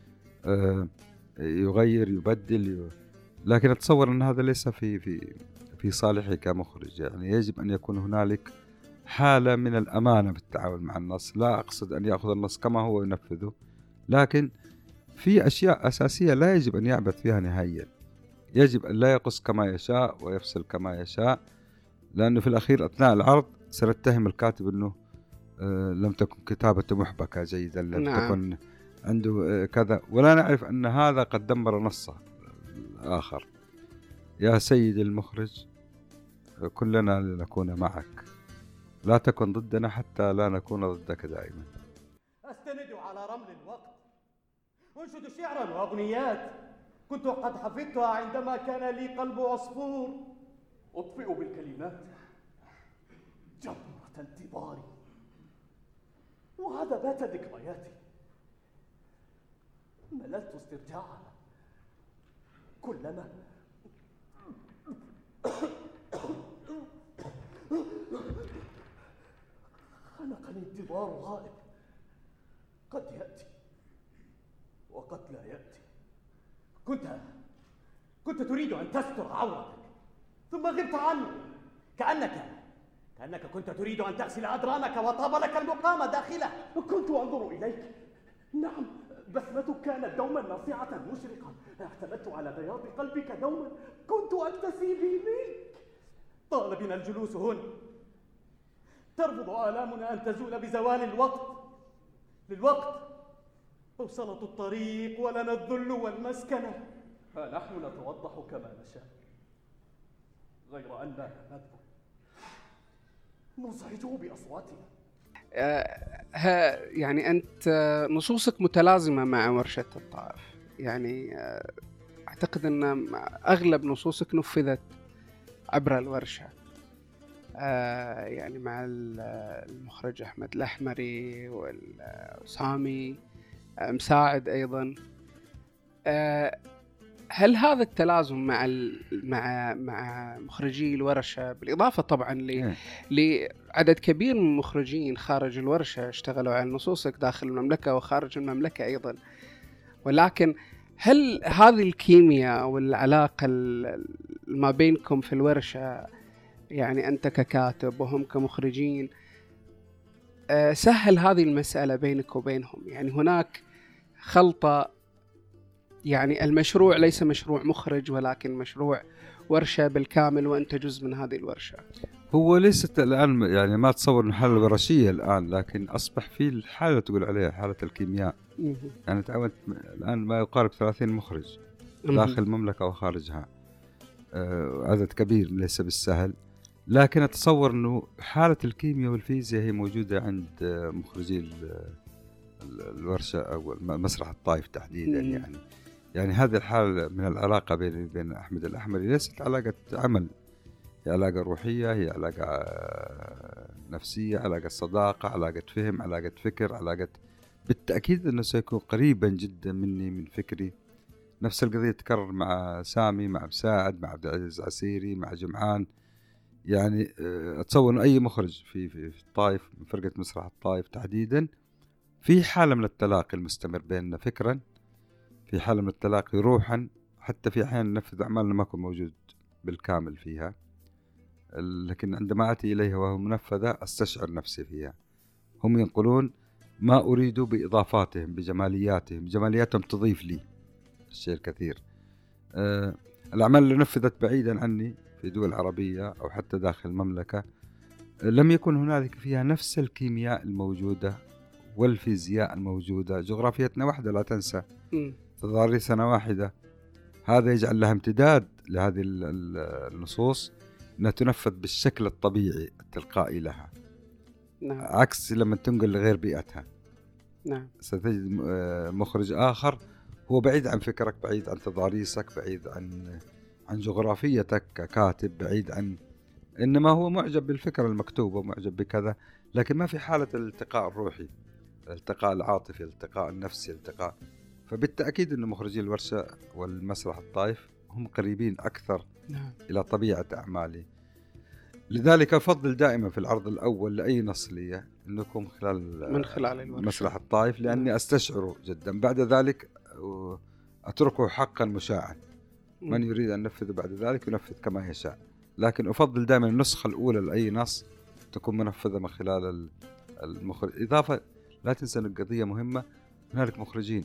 يغير يبدل لكن أتصور أن هذا ليس في صالحي كمخرج. يعني يجب أن يكون هنالك حالة من الأمانة بالتعامل مع النص. لا أقصد أن يأخذ النص كما هو وينفذه، لكن في أشياء أساسية لا يجب أن يعبث فيها نهائيا. يجب أن لا يقص كما يشاء ويفصل كما يشاء، لأنه في الأخير أثناء العرض سنتهم الكاتب أنه لم تكن كتابته محبكة جيدا، لم تكن عنده كذا، ولا نعرف أن هذا قد دمر نصه الآخر. يا سيد المخرج، كلنا لنكون معك، لا تكن ضدنا حتى لا نكون ضدك دائما. أستند على رمل الوقت، أنشد شعرا وأغنيات كنت قد حفظتها عندما كان لي قلب عصفور، أطفئ بالكلمات جمرة انتظاري وعذبات ذكرياتي. مللت استرجاعها كلما خنقني انتظار غائب، قد يأتي وقد لا يأتي. كنت تريد أن تستر عورتك ثم غبت عني، كأنك كنت تريد أن تغسل أدرانك وطاب لك المقام داخله. كنت أنظر إليك، نعم، بسمتك كانت دوما ناصعة مشرقة، اعتمدت على بياض قلبك دوما، كنت أكتسي به منك. طال بنا الجلوس هنا، ترفض آلامنا أن تزول بزوال الوقت. للوقت أوصلت الطريق ولنا الذل والمسكنة، فنحن نتوضح كما نشاء، غير أننا نزعج بأصواتنا. يعني أنت نصوصك متلازمة مع ورشة الطائف، يعني أعتقد أن أغلب نصوصك نفذت عبر الورشة، يعني مع المخرج أحمد الأحمري والسامي مساعد أيضا. هل هذا التلازم مع مخرجي الورشة، بالإضافة طبعا لعدد كبير من المخرجين خارج الورشة اشتغلوا على نصوصك داخل المملكة وخارج المملكة أيضا، ولكن هل هذه الكيمياء والعلاقة ما بينكم في الورشة، يعني أنت ككاتب وهم كمخرجين، سهل هذه المسألة بينك وبينهم؟ يعني هناك خلطة، يعني المشروع ليس مشروع مخرج ولكن مشروع ورشة بالكامل، وأنت جزء من هذه الورشة. هو ليست الآن، يعني ما تصور أن حالة ورشية الآن، لكن أصبح في الحالة تقول عليها حالة الكيمياء. يعني تعودت الآن ما يقارب 30 مخرج داخل المملكة وخارجها، عدد كبير ليس بالسهل، لكن أتصور أنه حالة الكيمياء والفيزياء هي موجودة عند مخرجي الورشة أو مسرح الطائف تحديدا. يعني هذه الحالة من العلاقة بين أحمد الأحمري ليست علاقة عمل، هي علاقة روحية، هي علاقة نفسية، علاقة صداقة، علاقة فهم، علاقة فكر، علاقة بالتأكيد أنه سيكون قريبا جدا مني من فكري. نفس القضية تكرر مع سامي، مع مساعد، مع عبد العزيز عسيري، مع جمعان. يعني أتصور أن أي مخرج في الطائف، من فرقة مسرح الطائف تحديدا، في حالة من التلاقي المستمر بيننا فكرا، في حالة من التلاقي روحا، حتى في أحيان ننفذ أعمالنا ما أكون موجود بالكامل فيها، لكن عندما أتي إليها وهو منفذة أستشعر نفسي فيها. هم ينقلون ما أريد بإضافاتهم، بجمالياتهم تضيف لي الشيء الكثير. الأعمال اللي نفذت بعيدا عني في دول عربية أو حتى داخل المملكة لم يكن هنالك فيها نفس الكيمياء الموجودة والفيزياء الموجودة. جغرافيتنا واحدة لا تنسى، تضاريسنا واحدة. هذا يجعل لها امتداد لهذه النصوص أنها تنفذ بالشكل الطبيعي التلقائي لها. نعم. عكس لما تنقل لغير بيئتها. نعم. ستجد مخرج آخر هو بعيد عن فكرك، بعيد عن تضاريسك، بعيد عن جغرافيتك ككاتب، بعيد عن، إنما هو معجب بالفكرة المكتوبة، معجب بكذا، لكن ما في حالة الالتقاء الروحي، الالتقاء العاطفي، الالتقاء النفسي، الالتقاء. فبالتأكيد أن مخرجي الورشة والمسرح الطائف هم قريبين أكثر إلى طبيعة أعمالي. لذلك أفضل دائما في العرض الأول لأي نص لي أنكم من خلال مسرح الطائف، لأني أستشعره جدا. بعد ذلك أتركه حقا مشاعا، من يريد أن ينفذ بعد ذلك ينفذ كما يشاء، لكن أفضل دائما النسخة الأولى لأي نص تكون منفذة من خلال المخرج. إضافة لا تنسى أن القضية مهمة، هنالك مخرجين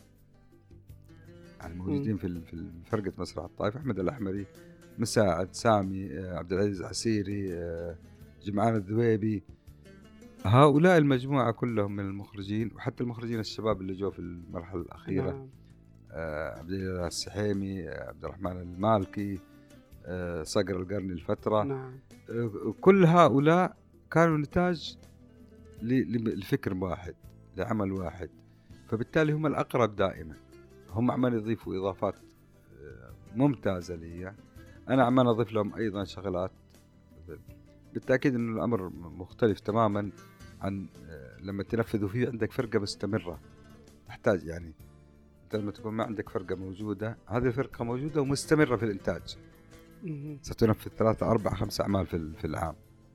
يعني موجودين في فرقة مسرح الطائف: أحمد الأحمري، مساعد، سامي، عبد العزيز عسيري، جمعان الذويبي. هؤلاء المجموعة كلهم من المخرجين، وحتى المخرجين الشباب اللي جو في المرحلة الأخيرة، عبد الله السحيمي، عبد الرحمن المالكي، صقر القرني الفترة. كل هؤلاء كانوا نتاج لفكر واحد، لعمل واحد، فبالتالي هم الأقرب دائما. هم عمال يضيفوا إضافات ممتازة لي، أنا عمال أضيف لهم أيضا شغلات. بالتأكيد أن الأمر مختلف تماما عن لما تنفذوا فيه عندك فرقة مستمرة. تحتاج يعني أنت لما تكون ما عندك فرقة موجودة، هذه الفرقة موجودة ومستمرة في الإنتاج، ستنفذ 3 4 5 أعمال في العام.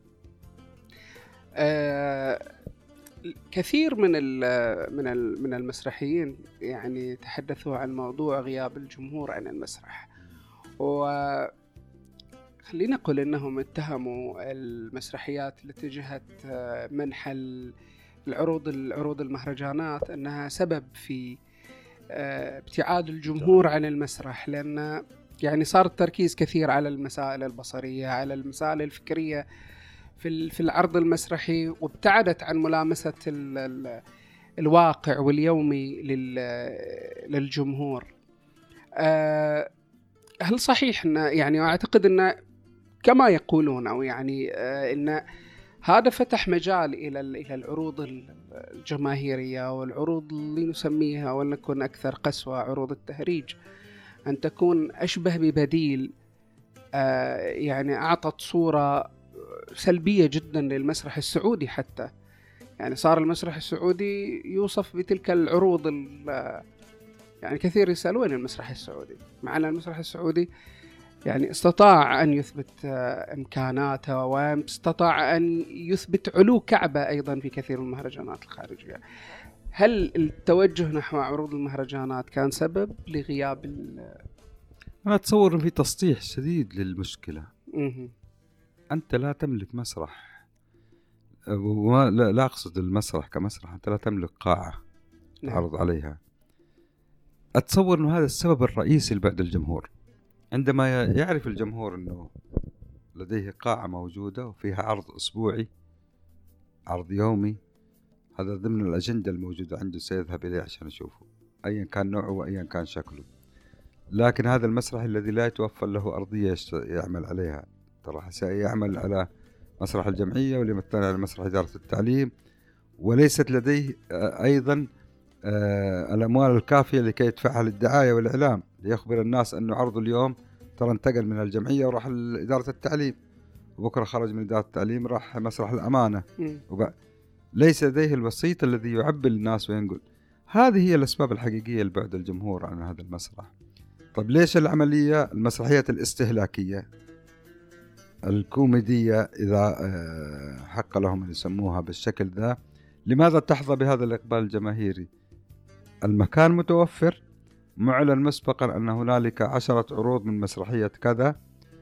كثير من المسرحيين يعني تحدثوا عن موضوع غياب الجمهور عن المسرح، وخلينا نقول انهم اتهموا المسرحيات اللي اتجهت منح العروض المهرجانات انها سبب في ابتعاد الجمهور عن المسرح، لان يعني صار التركيز كثير على المسائل البصرية، على المسائل الفكرية في العرض المسرحي، وابتعدت عن ملامسة الواقع واليومي للجمهور. هل صحيح أن يعني أعتقد أن كما يقولون، أو يعني أن هذا فتح مجال إلى العروض الجماهيرية والعروض اللي نسميها ولنكن أكثر قسوة عروض التهريج، أن تكون أشبه ببديل يعني أعطت صورة سلبية جدا للمسرح السعودي. حتى يعني صار المسرح السعودي يوصف بتلك العروض، يعني كثير يسألون المسرح السعودي، مع أن المسرح السعودي يعني استطاع أن يثبت إمكاناته، واستطاع أن يثبت علو كعبة أيضا في كثير من المهرجانات الخارجية. هل التوجه نحو عروض المهرجانات كان سبب لغياب أنا أتصور أن في تسطيح شديد للمشكلة. أنت لا تملك مسرح، لا أقصد المسرح كمسرح، أنت لا تملك قاعة تعرض عليها. أتصور أن هذا السبب الرئيسي لبعد الجمهور. عندما يعرف الجمهور أنه لديه قاعة موجودة وفيها عرض أسبوعي، عرض يومي، هذا ضمن الأجندة الموجودة عنده، سيذهب إليه عشان يشوفه أيا كان نوعه وأيا كان شكله. لكن هذا المسرح الذي لا يتوفر له أرضية يعمل عليها، ترى سيعمل على مسرح الجمعية واليمثل على مسرح إدارة التعليم، وليست لديه أيضا الأموال الكافية لكي يدفعها للدعاية والإعلام، ليخبر الناس أنه عرض اليوم ترى انتقل من الجمعية وراح لإدارة التعليم، وبكرة خرج من إدارة التعليم راح مسرح الأمانة. ليس لديه الوسيط الذي يعبر الناس وينقل. هذه هي الأسباب الحقيقية لبعد الجمهور عن هذا المسرح. طيب ليش العملية المسرحية الاستهلاكية الكوميدية إذا حق لهم أن يسموها بالشكل ذا، لماذا تحظى بهذا الإقبال الجماهيري؟ المكان متوفر، معلن مسبقا أن هنالك 10 عروض من مسرحية كذا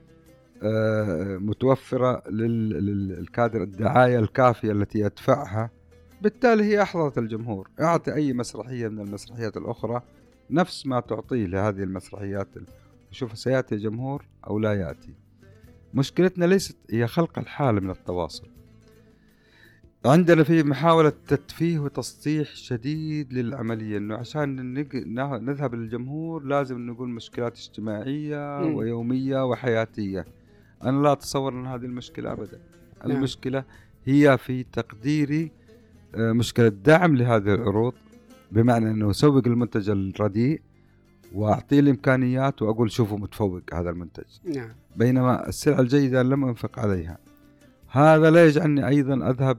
متوفرة للكادر، الدعاية الكافية التي يدفعها، بالتالي هي أحظت الجمهور. أعطي أي مسرحية من المسرحيات الأخرى نفس ما تعطيه لهذه المسرحيات، شوف سيأتي جمهور أو لا يأتي. مشكلتنا ليست هي خلق الحالة من التواصل، عندنا في محاولة تتفيه وتسطيح شديد للعملية، إنه عشان نذهب للجمهور لازم نقول مشكلات اجتماعية ويومية وحياتية. أنا لا أتصور أن هذه المشكلة أبدا. المشكلة هي في تقديري مشكلة دعم لهذه العروض، بمعنى أنه أسوق المنتج الرديء وأعطيه الإمكانيات وأقول شوفوا متفوق هذا المنتج، بينما السلعة الجيدة لم أنفق عليها. هذا لا يجعلني أيضا أذهب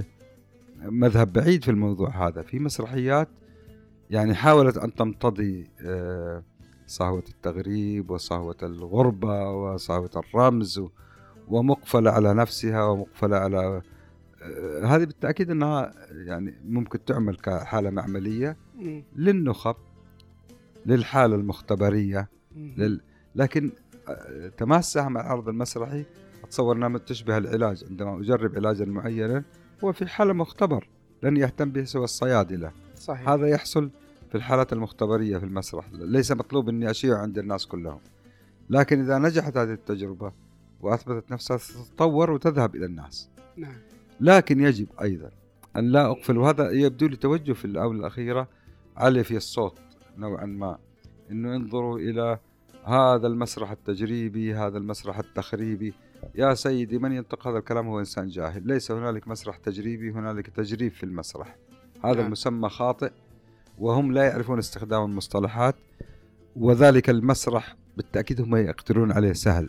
مذهب بعيد في الموضوع هذا. في مسرحيات يعني حاولت أن تمتضي صهوة التغريب وصهوة الغربة وصهوة الرمز، ومقفلة على نفسها ومقفلة على هذه. بالتأكيد أنها يعني ممكن تعمل كحالة معملية للنخب، للحالة المختبرية، لكن تماسها مع العرض المسرحي أتصور أنها تشبه العلاج. عندما أجرب علاجا معينا هو في حالة مختبر لن يهتم به سوى الصيادلة. صحيح. هذا يحصل في الحالات المختبرية في المسرح، ليس مطلوب أني أشيع عند الناس كلهم، لكن إذا نجحت هذه التجربة وأثبتت نفسها ستتطور وتذهب إلى الناس. نعم. لكن يجب أيضا أن لا أغفل، وهذا يبدو لي توجه في الآونة الأخيرة علي في الصوت نوعا ما، إنه انظروا إلى هذا المسرح التجريبي، هذا المسرح التخريبي. يا سيدي، من ينطق هذا الكلام هو إنسان جاهل. ليس هنالك مسرح تجريبي، هنالك تجريب في المسرح. هذا المسمى خاطئ، وهم لا يعرفون استخدام المصطلحات. وذلك المسرح بالتأكيد هم يقتلون عليه سهل،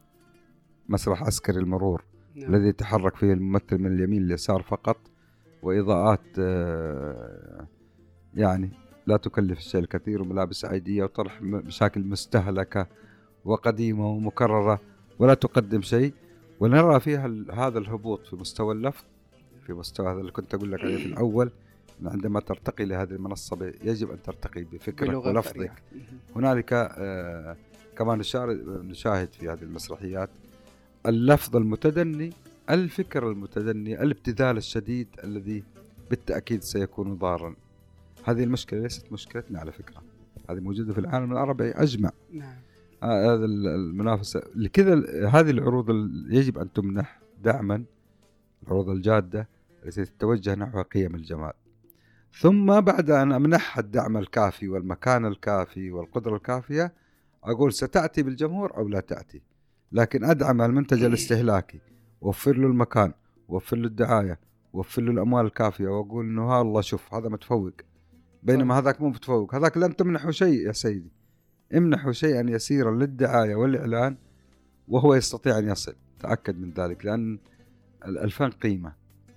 مسرح عسكري المرور الذي يتحرك فيه الممثل من اليمين لليسار فقط، وإضاءات يعني لا تكلف الشيء الكثير، وملابس عادية، وطرح مشاكل مستهلكة وقديمة ومكررة ولا تقدم شيء. ونرى فيها هذا الهبوط في مستوى اللفظ، في مستوى هذا اللي كنت أقول لك عليه في الأول، عندما ترتقي لهذه المنصة يجب أن ترتقي بفكرك ولفظك. هنالك كما نشاهد في هذه المسرحيات اللفظ المتدني، الفكر المتدني، الابتذال الشديد الذي بالتأكيد سيكون ضارا. هذه المشكلة ليست مشكلتنا على فكرة، هذه موجودة في العالم العربي أجمع. نعم. هذا المنافسة لكذا هذه العروض يجب أن تمنح دعما، العروض الجادة التي تتوجه نحو قيم الجمال. ثم بعد أن أمنحها الدعم الكافي والمكان الكافي والقدرة الكافية، أقول ستأتي بالجمهور أو لا تأتي، لكن أدعم المنتج الاستهلاكي، ووفر له المكان، ووفر له الدعاية، ووفر له الأموال الكافية، وأقول إنه ها الله شوف هذا متفوق، بينما هذاك مو متفوق. هذاك لم تمنحه شيء يا سيدي، امنحه شيئا يسيرا للدعاية والإعلان وهو يستطيع أن يصل. تأكد من ذلك، لأن الفن قيمة.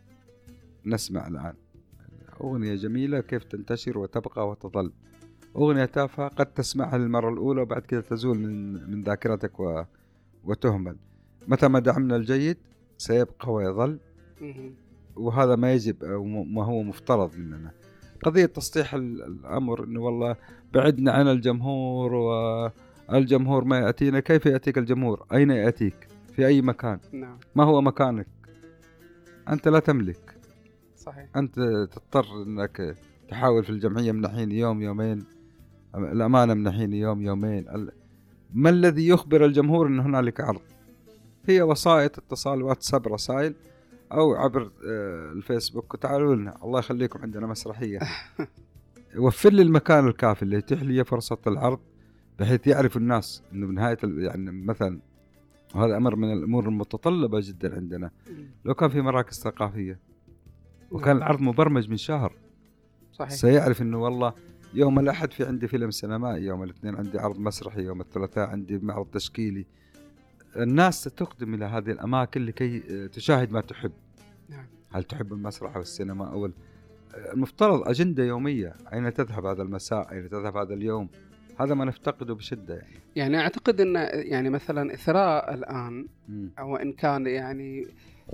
نسمع الآن أغنية جميلة كيف تنتشر وتبقى وتظل، أغنية تافهة قد تسمعها للمرة الأولى وبعد كده تزول من ذاكرتك وتهمل. متى ما دعمنا الجيد سيبقى ويظل، وهذا ما يجب أو ما هو مفترض مننا. قضية تسطيح الأمر إنه والله بعدنا عن الجمهور والجمهور ما يأتينا. كيف يأتيك الجمهور؟ أين يأتيك؟ في أي مكان؟ نعم. ما هو مكانك؟ أنت لا تملك. صحيح. أنت تضطر أنك تحاول في الجمعية منحيني يوم يومين، الأمانة منحيني يوم يومين. ما الذي يخبر الجمهور أن هنالك عرض؟ هي وسائط اتصال، واتساب، رسائل، أو عبر الفيسبوك، وتعالوا لنا الله يخليكم عندنا مسرحية. وفر لي المكان الكافي اللي يتيح لي فرصة العرض، بحيث يعرف الناس أنه بنهاية يعني مثلا، وهذا أمر من الأمور المتطلبة جدا عندنا، لو كان في مراكز ثقافية وكان العرض مبرمج من شهر، صحيح، سيعرف أنه والله يوم الأحد في عندي فيلم سينمائي، يوم الاثنين عندي عرض مسرحي، يوم الثلاثاء عندي معرض تشكيلي. الناس ستقدم إلى هذه الأماكن لكي تشاهد ما تحب. نعم. هل تحب المسرح أو السينما أو المفترض أجندة يومية، أين تذهب هذا المساء، أين تذهب هذا اليوم، هذا ما نفتقده بشدة يعني أعتقد أن يعني مثلا إثراء الآن أو إن كان يعني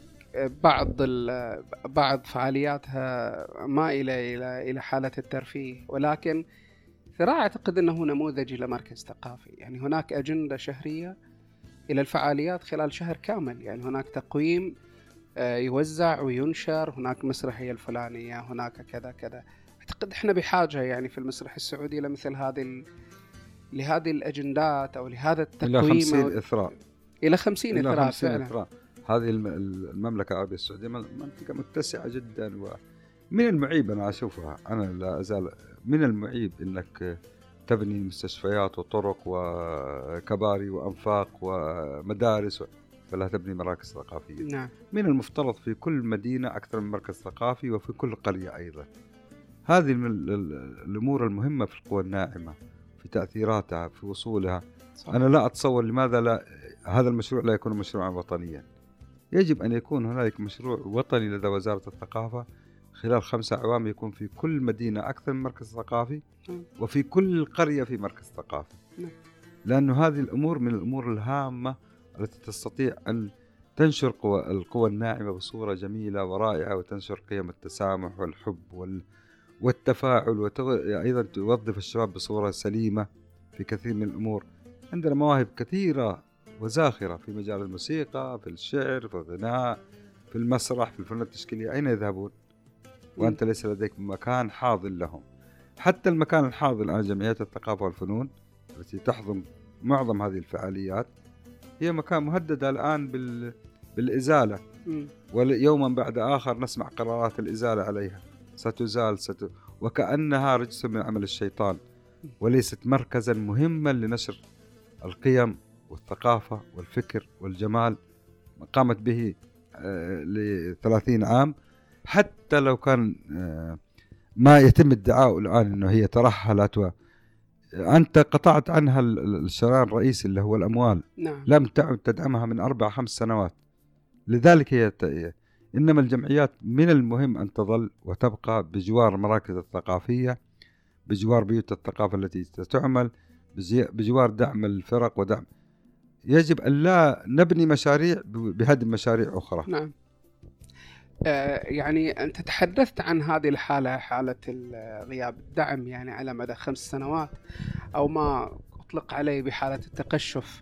بعض فعالياتها مائلة إلى حالة الترفيه، ولكن إثراء أعتقد أنه نموذج لمركز ثقافي. يعني هناك أجندة شهرية إلى الفعاليات خلال شهر كامل، يعني هناك تقويم يوزع وينشر، هناك مسرحية الفلانية، هناك كذا كذا. أعتقد إحنا بحاجة يعني في المسرح السعودي لمثل لهذه الأجندات أو لهذا التقويم إلى 50 إثراء، إلى 50 إثراء فعلا. هذه المملكة العربية السعودية منطقة متسعة جدا، ومن المعيب أنا أشوفها، أنا لا أزال من المعيب إنك تبني مستشفيات وطرق وكباري وأنفاق ومدارس فلا تبني مراكز ثقافية. نعم. من المفترض في كل مدينة أكثر من مركز ثقافي، وفي كل قرية أيضا. هذه الأمور المهمة في القوى الناعمة، في تأثيراتها، في وصولها. صح. أنا لا أتصور لماذا لا هذا المشروع لا يكون مشروعا وطنيا. يجب أن يكون هنالك مشروع وطني لدى وزارة الثقافة خلال 5 أعوام، يكون في كل مدينة أكثر من مركز ثقافي، وفي كل قرية في مركز ثقافي. لأنه هذه الأمور من الأمور الهامة التي تستطيع أن تنشر القوى الناعمة بصورة جميلة ورائعة، وتنشر قيم التسامح والحب والتفاعل، وأيضا توظف الشباب بصورة سليمة في كثير من الأمور. عندنا مواهب كثيرة وزاخرة في مجال الموسيقى، في الشعر، في الغناء، في المسرح، في الفنون التشكيلية. أين يذهبون وأنت ليس لديك مكان حاضر لهم؟ حتى المكان الحاضر الآن جمعيات الثقافة والفنون التي تحضن معظم هذه الفعاليات هي مكان مهددة الآن بالإزالة، ويوما بعد آخر نسمع قرارات الإزالة عليها، ستزال وكأنها رجس من عمل الشيطان، وليست مركزا مهما لنشر القيم والثقافة والفكر والجمال قامت به ل30 عام. حتى لو كان ما يتم ادعاء الآن أنه هي ترحلت أنت قطعت عنها الشريان الرئيسي اللي هو الأموال. نعم. لم تعد تدعمها من 4-5 سنوات. لذلك هي إنما الجمعيات من المهم أن تظل وتبقى بجوار المراكز الثقافية، بجوار بيوت الثقافة التي تعمل، بجوار دعم الفرق ودعم. يجب أن لا نبني مشاريع بهدم مشاريع أخرى. نعم. يعني أنت تحدثت عن هذه الحالة، حالة غياب الدعم يعني على مدى 5 سنوات، أو ما أطلق عليه بحالة التقشف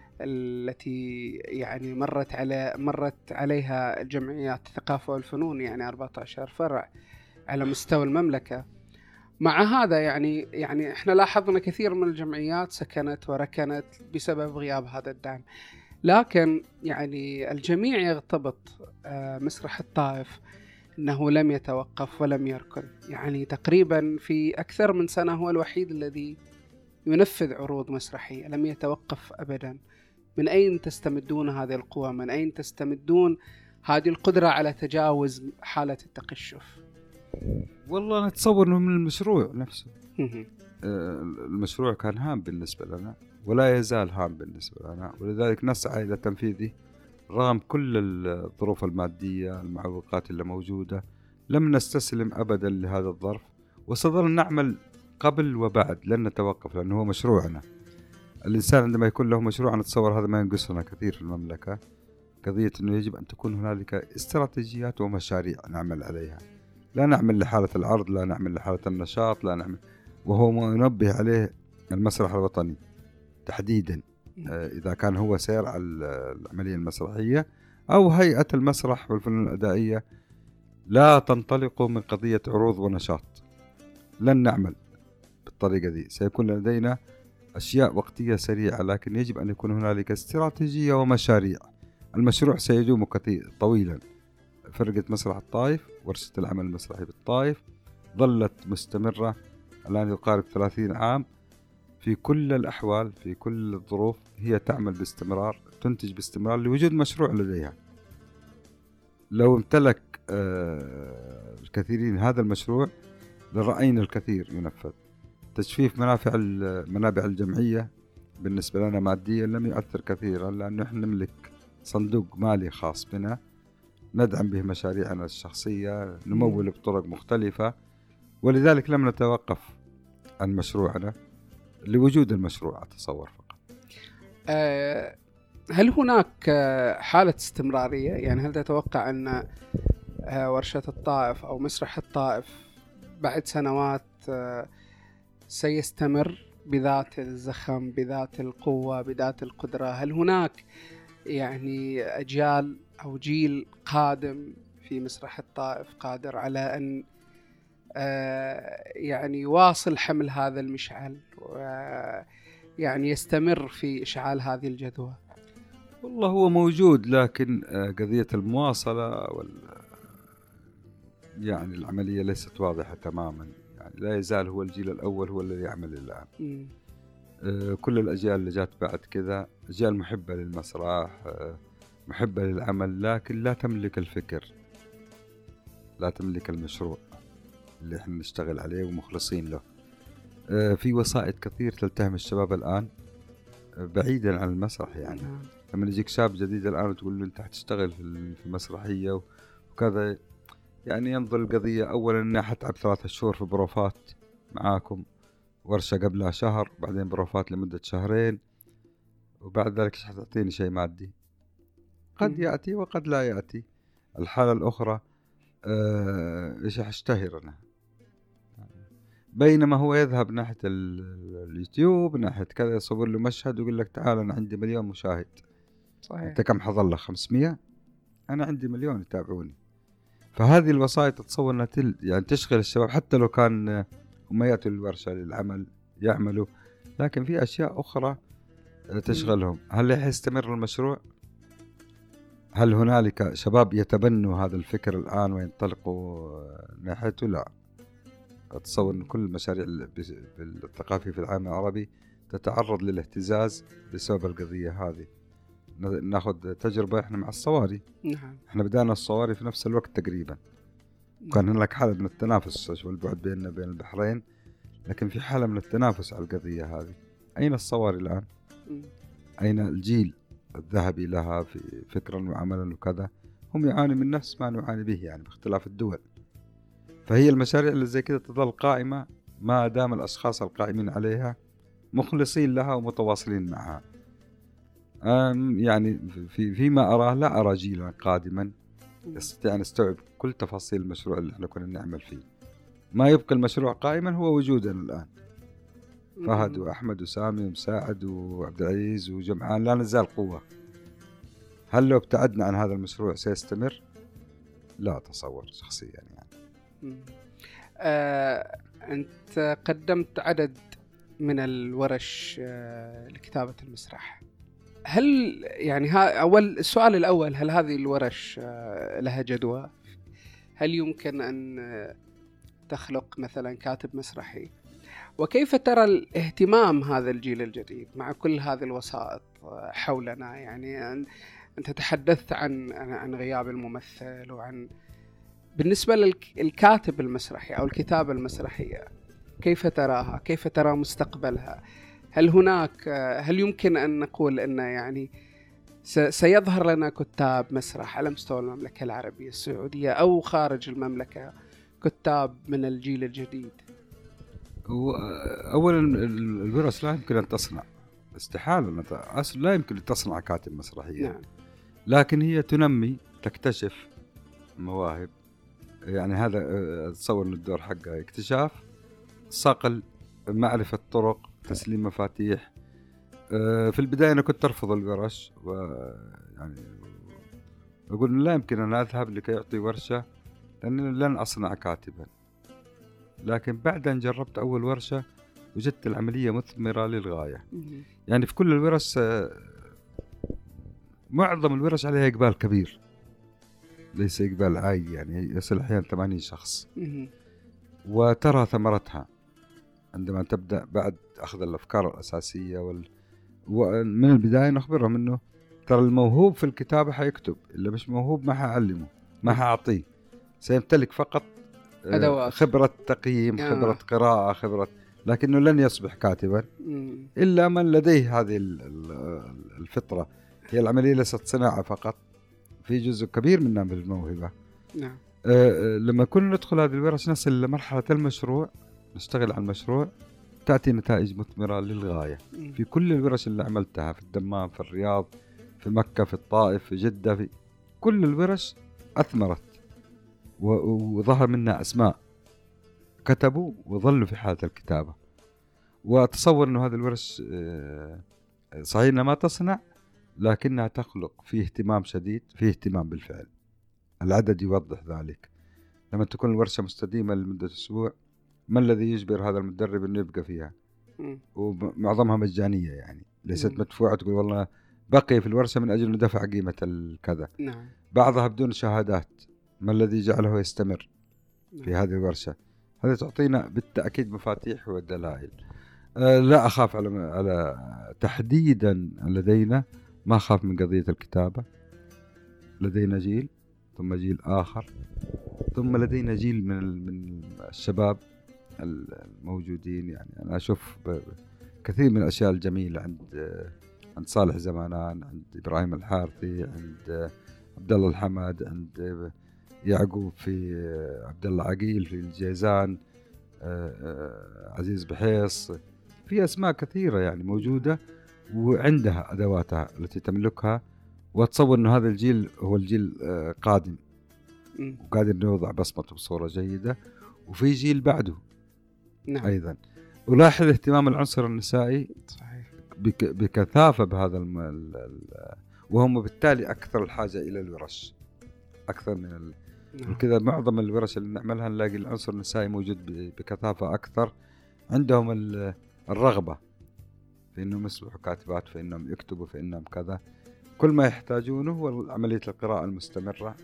التي يعني مرت عليها جمعيات الثقافة والفنون، يعني 14 فرع على مستوى المملكة. مع هذا يعني احنا لاحظنا كثير من الجمعيات سكنت وركنت بسبب غياب هذا الدعم. لكن يعني الجميع يغتبط مسرح الطائف أنه لم يتوقف ولم يركن، يعني تقريبا في أكثر من سنة هو الوحيد الذي ينفذ عروض مسرحية، لم يتوقف أبدا. من أين تستمدون هذه القوة؟ من أين تستمدون هذه القدرة على تجاوز حالة التقشف؟ والله نتصور أنه من المشروع نفسه. المشروع كان هام بالنسبة لنا ولا يزال هام بالنسبة لنا، ولذلك نسعى إلى تنفيذه رغم كل الظروف المادية المعوقات اللي موجودة. لم نستسلم أبدا لهذا الظرف، وسنظل نعمل قبل وبعد، لن نتوقف، لأنه هو مشروعنا. الإنسان عندما يكون له مشروع نتصور هذا ما ينقصنا كثير في المملكة، قضية أنه يجب أن تكون هنالك استراتيجيات ومشاريع نعمل عليها، لا نعمل لحالة العرض، لا نعمل لحالة النشاط، لا نعمل. وهو ما ينبه عليه المسرح الوطني تحديدا، إذا كان هو سير على العملية المسرحية أو هيئة المسرح والفنون الأدائية، لا تنطلقوا من قضية عروض ونشاط. لن نعمل بالطريقة دي، سيكون لدينا أشياء وقتية سريعة، لكن يجب أن يكون هنالك استراتيجية ومشاريع. المشروع سيدوم طويلا. فرقة مسرح الطائف، ورشة العمل المسرحي بالطائف، ظلت مستمرة الآن يقارب 30 عام. في كل الأحوال، في كل الظروف، هي تعمل باستمرار، تنتج باستمرار لوجود مشروع لديها. لو امتلك الكثيرين هذا المشروع لرأينا الكثير ينفذ. تجفيف منابع الجمعية بالنسبة لنا ماديا لم يؤثر كثيرا، لأنه نحن نملك صندوق مالي خاص بنا ندعم به مشاريعنا الشخصية، نمول بطرق مختلفة، ولذلك لم نتوقف عن مشروعنا. لوجود المشروع أتصور فقط. هل هناك حالة استمرارية؟ يعني هل تتوقع أن ورشة الطائف أو مسرح الطائف بعد سنوات سيستمر بذات الزخم، بذات القوة، بذات القدرة؟ هل هناك يعني أجيال أو جيل قادم في مسرح الطائف قادر على أن يعني يواصل حمل هذا المشعل ويعني يستمر في إشعال هذه الجذوة؟ والله هو موجود، لكن قضية المواصلة يعني العملية ليست واضحة تماما. يعني لا يزال هو الجيل الأول هو الذي يعمل الآن. كل الأجيال اللي جات بعد كذا أجيال محبة للمسرح، محبة للعمل، لكن لا تملك الفكر، لا تملك المشروع اللي احنا نشتغل عليه ومخلصين له. في وسائط كثير تلتهم الشباب الآن بعيدا عن المسرح. يعني لما يجيك شاب جديد الآن وتقول له أنت حتشتغل في مسرحية وكذا، يعني ينظر القضية أولا أنها حتعب 3 شهور في بروفات معاكم، ورشة قبلها شهر، بعدين بروفات لمدة 2 وبعد ذلك حتعطيني شيء مادي. قد يأتي وقد لا يأتي. الحالة الأخرى إيش حاشتهر أنا، بينما هو يذهب ناحية اليوتيوب ناحية كذا، يصور له مشهد ويقول لك تعال أنا عندي 1,000,000 مشاهد. صحيح. أنت كم حظل؟ 500. أنا عندي 1,000,000 يتابعوني. فهذه الوسائط تتصور أنها يعني تشغل الشباب، حتى لو كان هم يأتوا للورشة للعمل يعملوا، لكن في أشياء أخرى تشغلهم. هل يستمر المشروع؟ هل هنالك شباب يتبنوا هذا الفكر الآن وينطلقوا ناحيته؟ لا. أتصور أن كل المشاريع الثقافية في العالم العربي تتعرض للاهتزاز بسبب القضية هذه. ناخذ تجربة إحنا مع الصواري. نعم. إحنا بدأنا الصواري في نفس الوقت تقريبا. كان هناك حالة من التنافس والبعد بيننا وبين البحرين، لكن في حالة من التنافس على القضية هذه. أين الصواري الآن؟ أين الجيل الذهبي لها في فكرا وعملا وكذا؟ هم يعانوا من نفس ما نعاني به، يعني باختلاف الدول. فهي المشاريع اللي زي كده تظل قائمة ما دام الأشخاص القائمين عليها مخلصين لها ومتواصلين معها. يعني فيما أراه لا أرى جيلا قادما يستطيع أن يستوعب كل تفاصيل المشروع اللي احنا كنا نعمل فيه. ما يبقى المشروع قائما هو وجودنا الآن. فهد وأحمد وسامي ومساعد وعبد العزيز وجمعان لا نزال قوة. هل لو ابتعدنا عن هذا المشروع سيستمر؟ لا أتصور شخصيا يعني. أنت قدمت عدد من الورش لكتابة المسرح. هل يعني السؤال الأول، هل هذه الورش لها جدوى؟ هل يمكن أن تخلق مثلا كاتب مسرحي؟ وكيف ترى الاهتمام هذا الجيل الجديد مع كل هذه الوسائط حولنا؟ يعني أنت تحدثت عن غياب الممثل، وعن بالنسبة للكاتب المسرحي أو الكتابة المسرحية، كيف تراها؟ كيف ترى مستقبلها؟ هل يمكن أن نقول أن يعني سيظهر لنا كتاب مسرح على مستوى المملكة العربية السعودية أو خارج المملكة، كتاب من الجيل الجديد؟ أولا الورش لا يمكن أن تصنع، استحالة لا يمكن أن تصنع كاتب مسرحية. نعم. لكن هي تنمي، تكتشف مواهب. يعني هذا أتصور أن الدور حقها اكتشاف، صقل، معرفة طرق، تسليم مفاتيح. في البداية أنا كنت أرفض الورش، ويعني أقول لا يمكن أن أذهب لكي أعطي ورشة لأنني لن أصنع كاتبا. لكن بعد أن جربت أول ورشة وجدت العملية مثمرة للغاية. يعني في كل الورش معظم الورش عليها إقبال كبير، ليس إقبال عادي، يعني يصل أحيانا 80 شخص. وترى ثمرتها عندما تبدأ بعد أخذ الأفكار الأساسية ومن البداية نخبرهم أنه ترى الموهوب في الكتابة حيكتب، اللي مش موهوب ما حأعلمه، ما حأعطيه، سيمتلك فقط أدوات. خبرة تقييم، خبرة قراءة، خبرة، لكنه لن يصبح كاتبا إلا من لديه هذه الفطرة. هي العملية ليست صناعة فقط، في جزء كبير منها بالموهبة. نعم. لما كنا ندخل هذه الورش نصل لمرحلة المشروع، نشتغل على المشروع، تأتي نتائج مثمرة للغاية. في كل الورش اللي عملتها في الدمام، في الرياض، في مكة، في الطائف، في جدة، في كل الورش أثمرت وظهر منها أسماء كتبوا وظلوا في حالة الكتابة. وأتصور أنه هذه الورش صحيح ما تصنع، لكنها تخلق فيه اهتمام شديد، فيه اهتمام بالفعل. العدد يوضح ذلك. لما تكون الورشة مستديمة لمدة أسبوع، ما الذي يجبر هذا المدرب أنه يبقى فيها؟ ومعظمها مجانية، يعني ليست مدفوعة تقول والله بقي في الورشة من أجل أنه دفع قيمة الكذا. نعم. بعضها بدون شهادات. ما الذي جعله يستمر في هذه الورشة؟ هذه تعطينا بالتأكيد مفاتيح ودلائل. لا أخاف على تحديدا لدينا، ما أخاف من قضية الكتابة. لدينا جيل، ثم جيل آخر، ثم لدينا جيل من الشباب الموجودين. يعني أنا أشوف كثير من الأشياء الجميلة عند صالح زمانان، عند إبراهيم الحارثي، عند عبد الله الحمد، عند يعقوب، في عبد الله عقيل في الجيزان، عزيز بحيص. في أسماء كثيرة يعني موجودة وعندها أدواتها التي تملكها. وأتصور أن هذا الجيل هو الجيل قادم وقادر يوضع بصمته بصورة جيدة. وفي جيل بعده نعم. أيضا. ولاحظ اهتمام العنصر النسائي صحيح بكثافة بهذا وهم بالتالي أكثر الحاجة إلى الورش أكثر من نعم. وكذا معظم الورش اللي نعملها نلاقي العنصر النسائي موجود بكثافة أكثر. عندهم الرغبة في أنهم يصبحوا كاتبات، في أنهم يكتبوا، في أنهم كذا. كل ما يحتاجونه هو عملية القراءة المستمرة،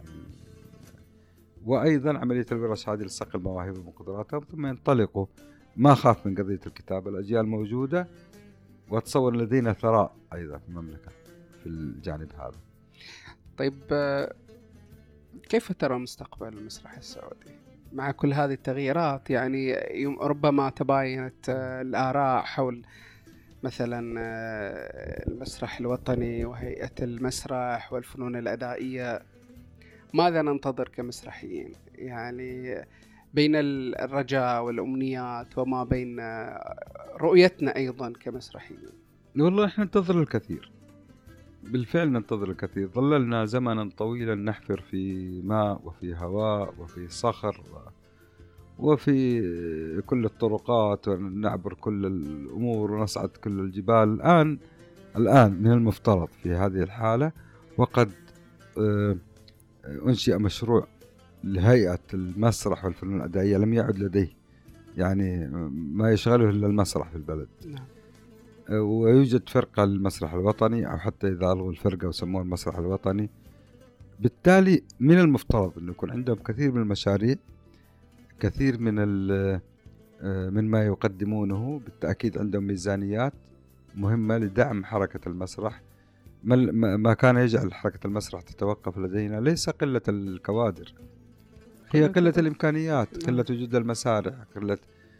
وأيضا عملية الورش هذه لصقل مواهبهم وقدراتهم، ثم ينطلقوا. ما خاف من قضية الكتابة. الأجيال موجودة، وأتصور لدينا ثراء أيضا في المملكة في الجانب هذا. طيب كيف ترى مستقبل المسرح السعودي مع كل هذه التغييرات؟ يعني ربما تباينت الآراء حول مثلا المسرح الوطني وهيئة المسرح والفنون الأدائية. ماذا ننتظر كمسرحيين؟ يعني بين الرجاء والأمنيات وما بين رؤيتنا أيضا كمسرحيين. والله إحنا ننتظر الكثير، بالفعل ننتظر الكثير. ظللنا زمنا طويلا نحفر في ماء وفي هواء وفي صخر وفي كل الطرقات، ونعبر كل الأمور ونصعد كل الجبال. الآن من المفترض في هذه الحالة، وقد أنشئ مشروع لهيئة المسرح والفنون الأدائية لم يعد لديه يعني ما يشغله إلا المسرح في البلد. نعم. ويوجد فرقة للمسرح الوطني، أو حتى إذا ألغوا الفرقة وسموها المسرح الوطني. بالتالي من المفترض أن يكون عندهم كثير من المشاريع، كثير من ما يقدمونه. بالتأكيد عندهم ميزانيات مهمة لدعم حركة المسرح. ما كان يجعل حركة المسرح تتوقف لدينا ليس قلة الكوادر، هي قلة الإمكانيات، قلة وجود المسارح، قلة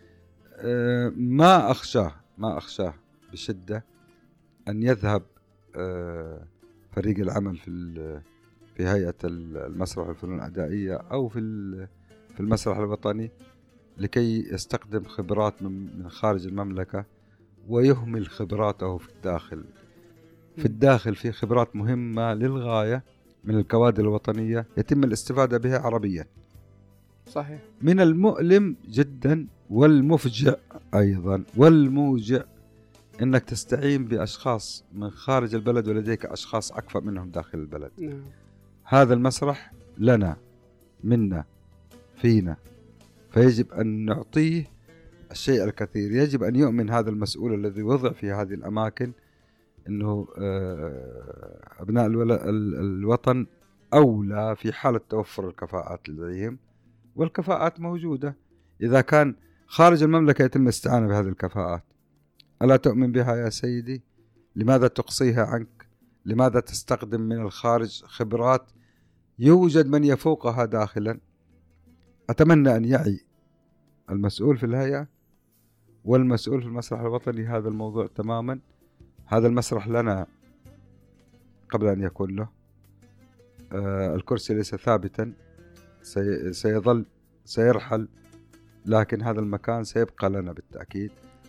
ما أخشاه بشدة أن يذهب فريق العمل في هيئة المسرح والفنون الأدائية أو في المسرح الوطني لكي يستخدم خبرات من خارج المملكة ويهمل خبراته في الداخل. في الداخل في خبرات مهمة للغاية من الكوادر الوطنية يتم الاستفادة بها عربيا. صحيح. من المؤلم جدا والمفجع أيضا والموجع أنك تستعين بأشخاص من خارج البلد ولديك أشخاص أكفأ منهم داخل البلد. نعم. هذا المسرح لنا، منا، فينا، فيجب أن نعطيه الشيء الكثير. يجب أن يؤمن هذا المسؤول الذي وضع في هذه الأماكن أنه أبناء الوطن أولى في حالة توفر الكفاءات لديهم، والكفاءات موجودة. إذا كان خارج المملكة يتم الاستعانة بهذه الكفاءات، ألا تؤمن بها يا سيدي؟ لماذا تقصيها عنك؟ لماذا تستخدم من الخارج خبرات يوجد من يفوقها داخلا؟ أتمنى أن يعي المسؤول في الهيئة والمسؤول في المسرح الوطني هذا الموضوع تماما. هذا المسرح لنا قبل أن يكون له. الكرسي ليس ثابتا، سيظل، سيرحل، لكن هذا المكان سيبقى لنا بالتأكيد.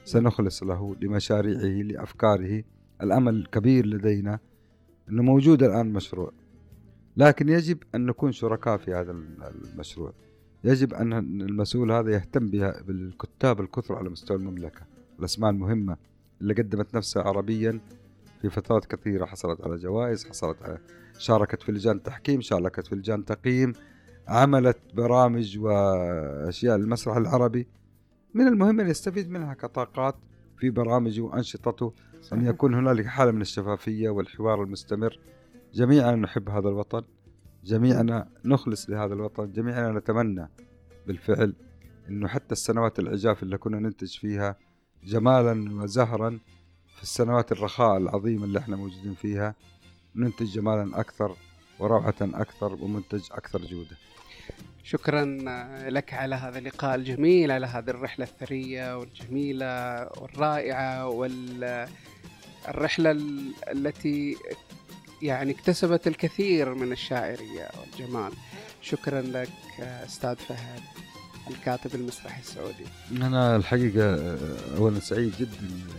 سنخلص له لمشاريعه لأفكاره. الأمل كبير لدينا أنه موجود الآن مشروع، لكن يجب أن نكون شركاء في هذا المشروع. يجب أن المسؤول هذا يهتم بالكتاب الكثر على مستوى المملكة، الأسماء المهمة اللي قدمت نفسها عربيا في فترات كثيرة، حصلت على جوائز، شاركت في لجان تحكيم، شاركت في لجان تقييم، عملت برامج وأشياء للمسرح العربي. من المهم أن يستفيد منها كطاقات في برامجه وأنشطته. أن يكون هنالك حالة من الشفافية والحوار المستمر. جميعنا نحب هذا الوطن، جميعنا نخلص لهذا الوطن، جميعنا نتمنى بالفعل أنه حتى السنوات العجاف اللي كنا ننتج فيها جمالا وزهرا في السنوات الرخاء العظيمة اللي احنا موجودين فيها، ننتج جمالا أكثر وروعة أكثر ومنتج أكثر جودة. شكرا لك على هذا اللقاء الجميل، على هذه الرحلة الثرية والجميلة والرائعة، والرحلة التي يعني اكتسبت الكثير من الشاعرية والجمال. شكرا لك أستاذ فهد الكاتب المسرحي السعودي. أنا الحقيقة أولا سعيد جدا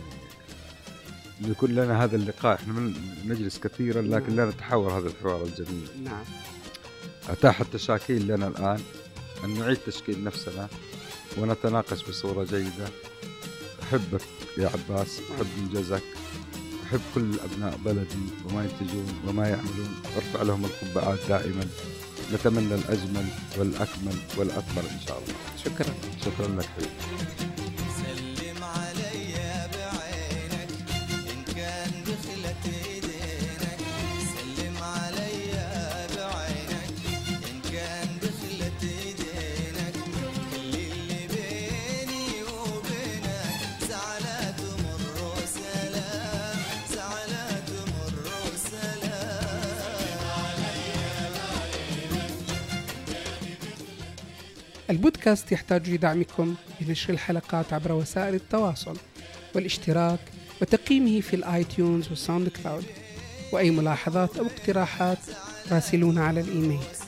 أن يكون لنا هذا اللقاء. احنا نجلس كثيرا لكن لا نتحاور هذا الحوار الجميل. نعم. أتاح التشاكيل لنا الآن أن نعيد تشكيل نفسنا ونتناقش بصورة جيدة. أحبك يا عباس، أحب إنجازك، أحب كل أبناء بلدي وما ينتجون وما يعملون، وارفع لهم القبعات دائما. نتمنى الأجمل والأكمل والأكبر إن شاء الله. شكرا لك حبيبي. سلم علي بعينك إن كان دخلت يدينك، سلم علي بعينك إن كان دخلت يدينك، كل اللي بيني وبينك زعلات مر وسلام، زعلات مر وسلام. البودكاست يحتاج لدعمكم بنشر الحلقات عبر وسائل التواصل والاشتراك وتقييمه في الآيتونز والساوند كلاود. وأي ملاحظات أو اقتراحات راسلونا على الإيميل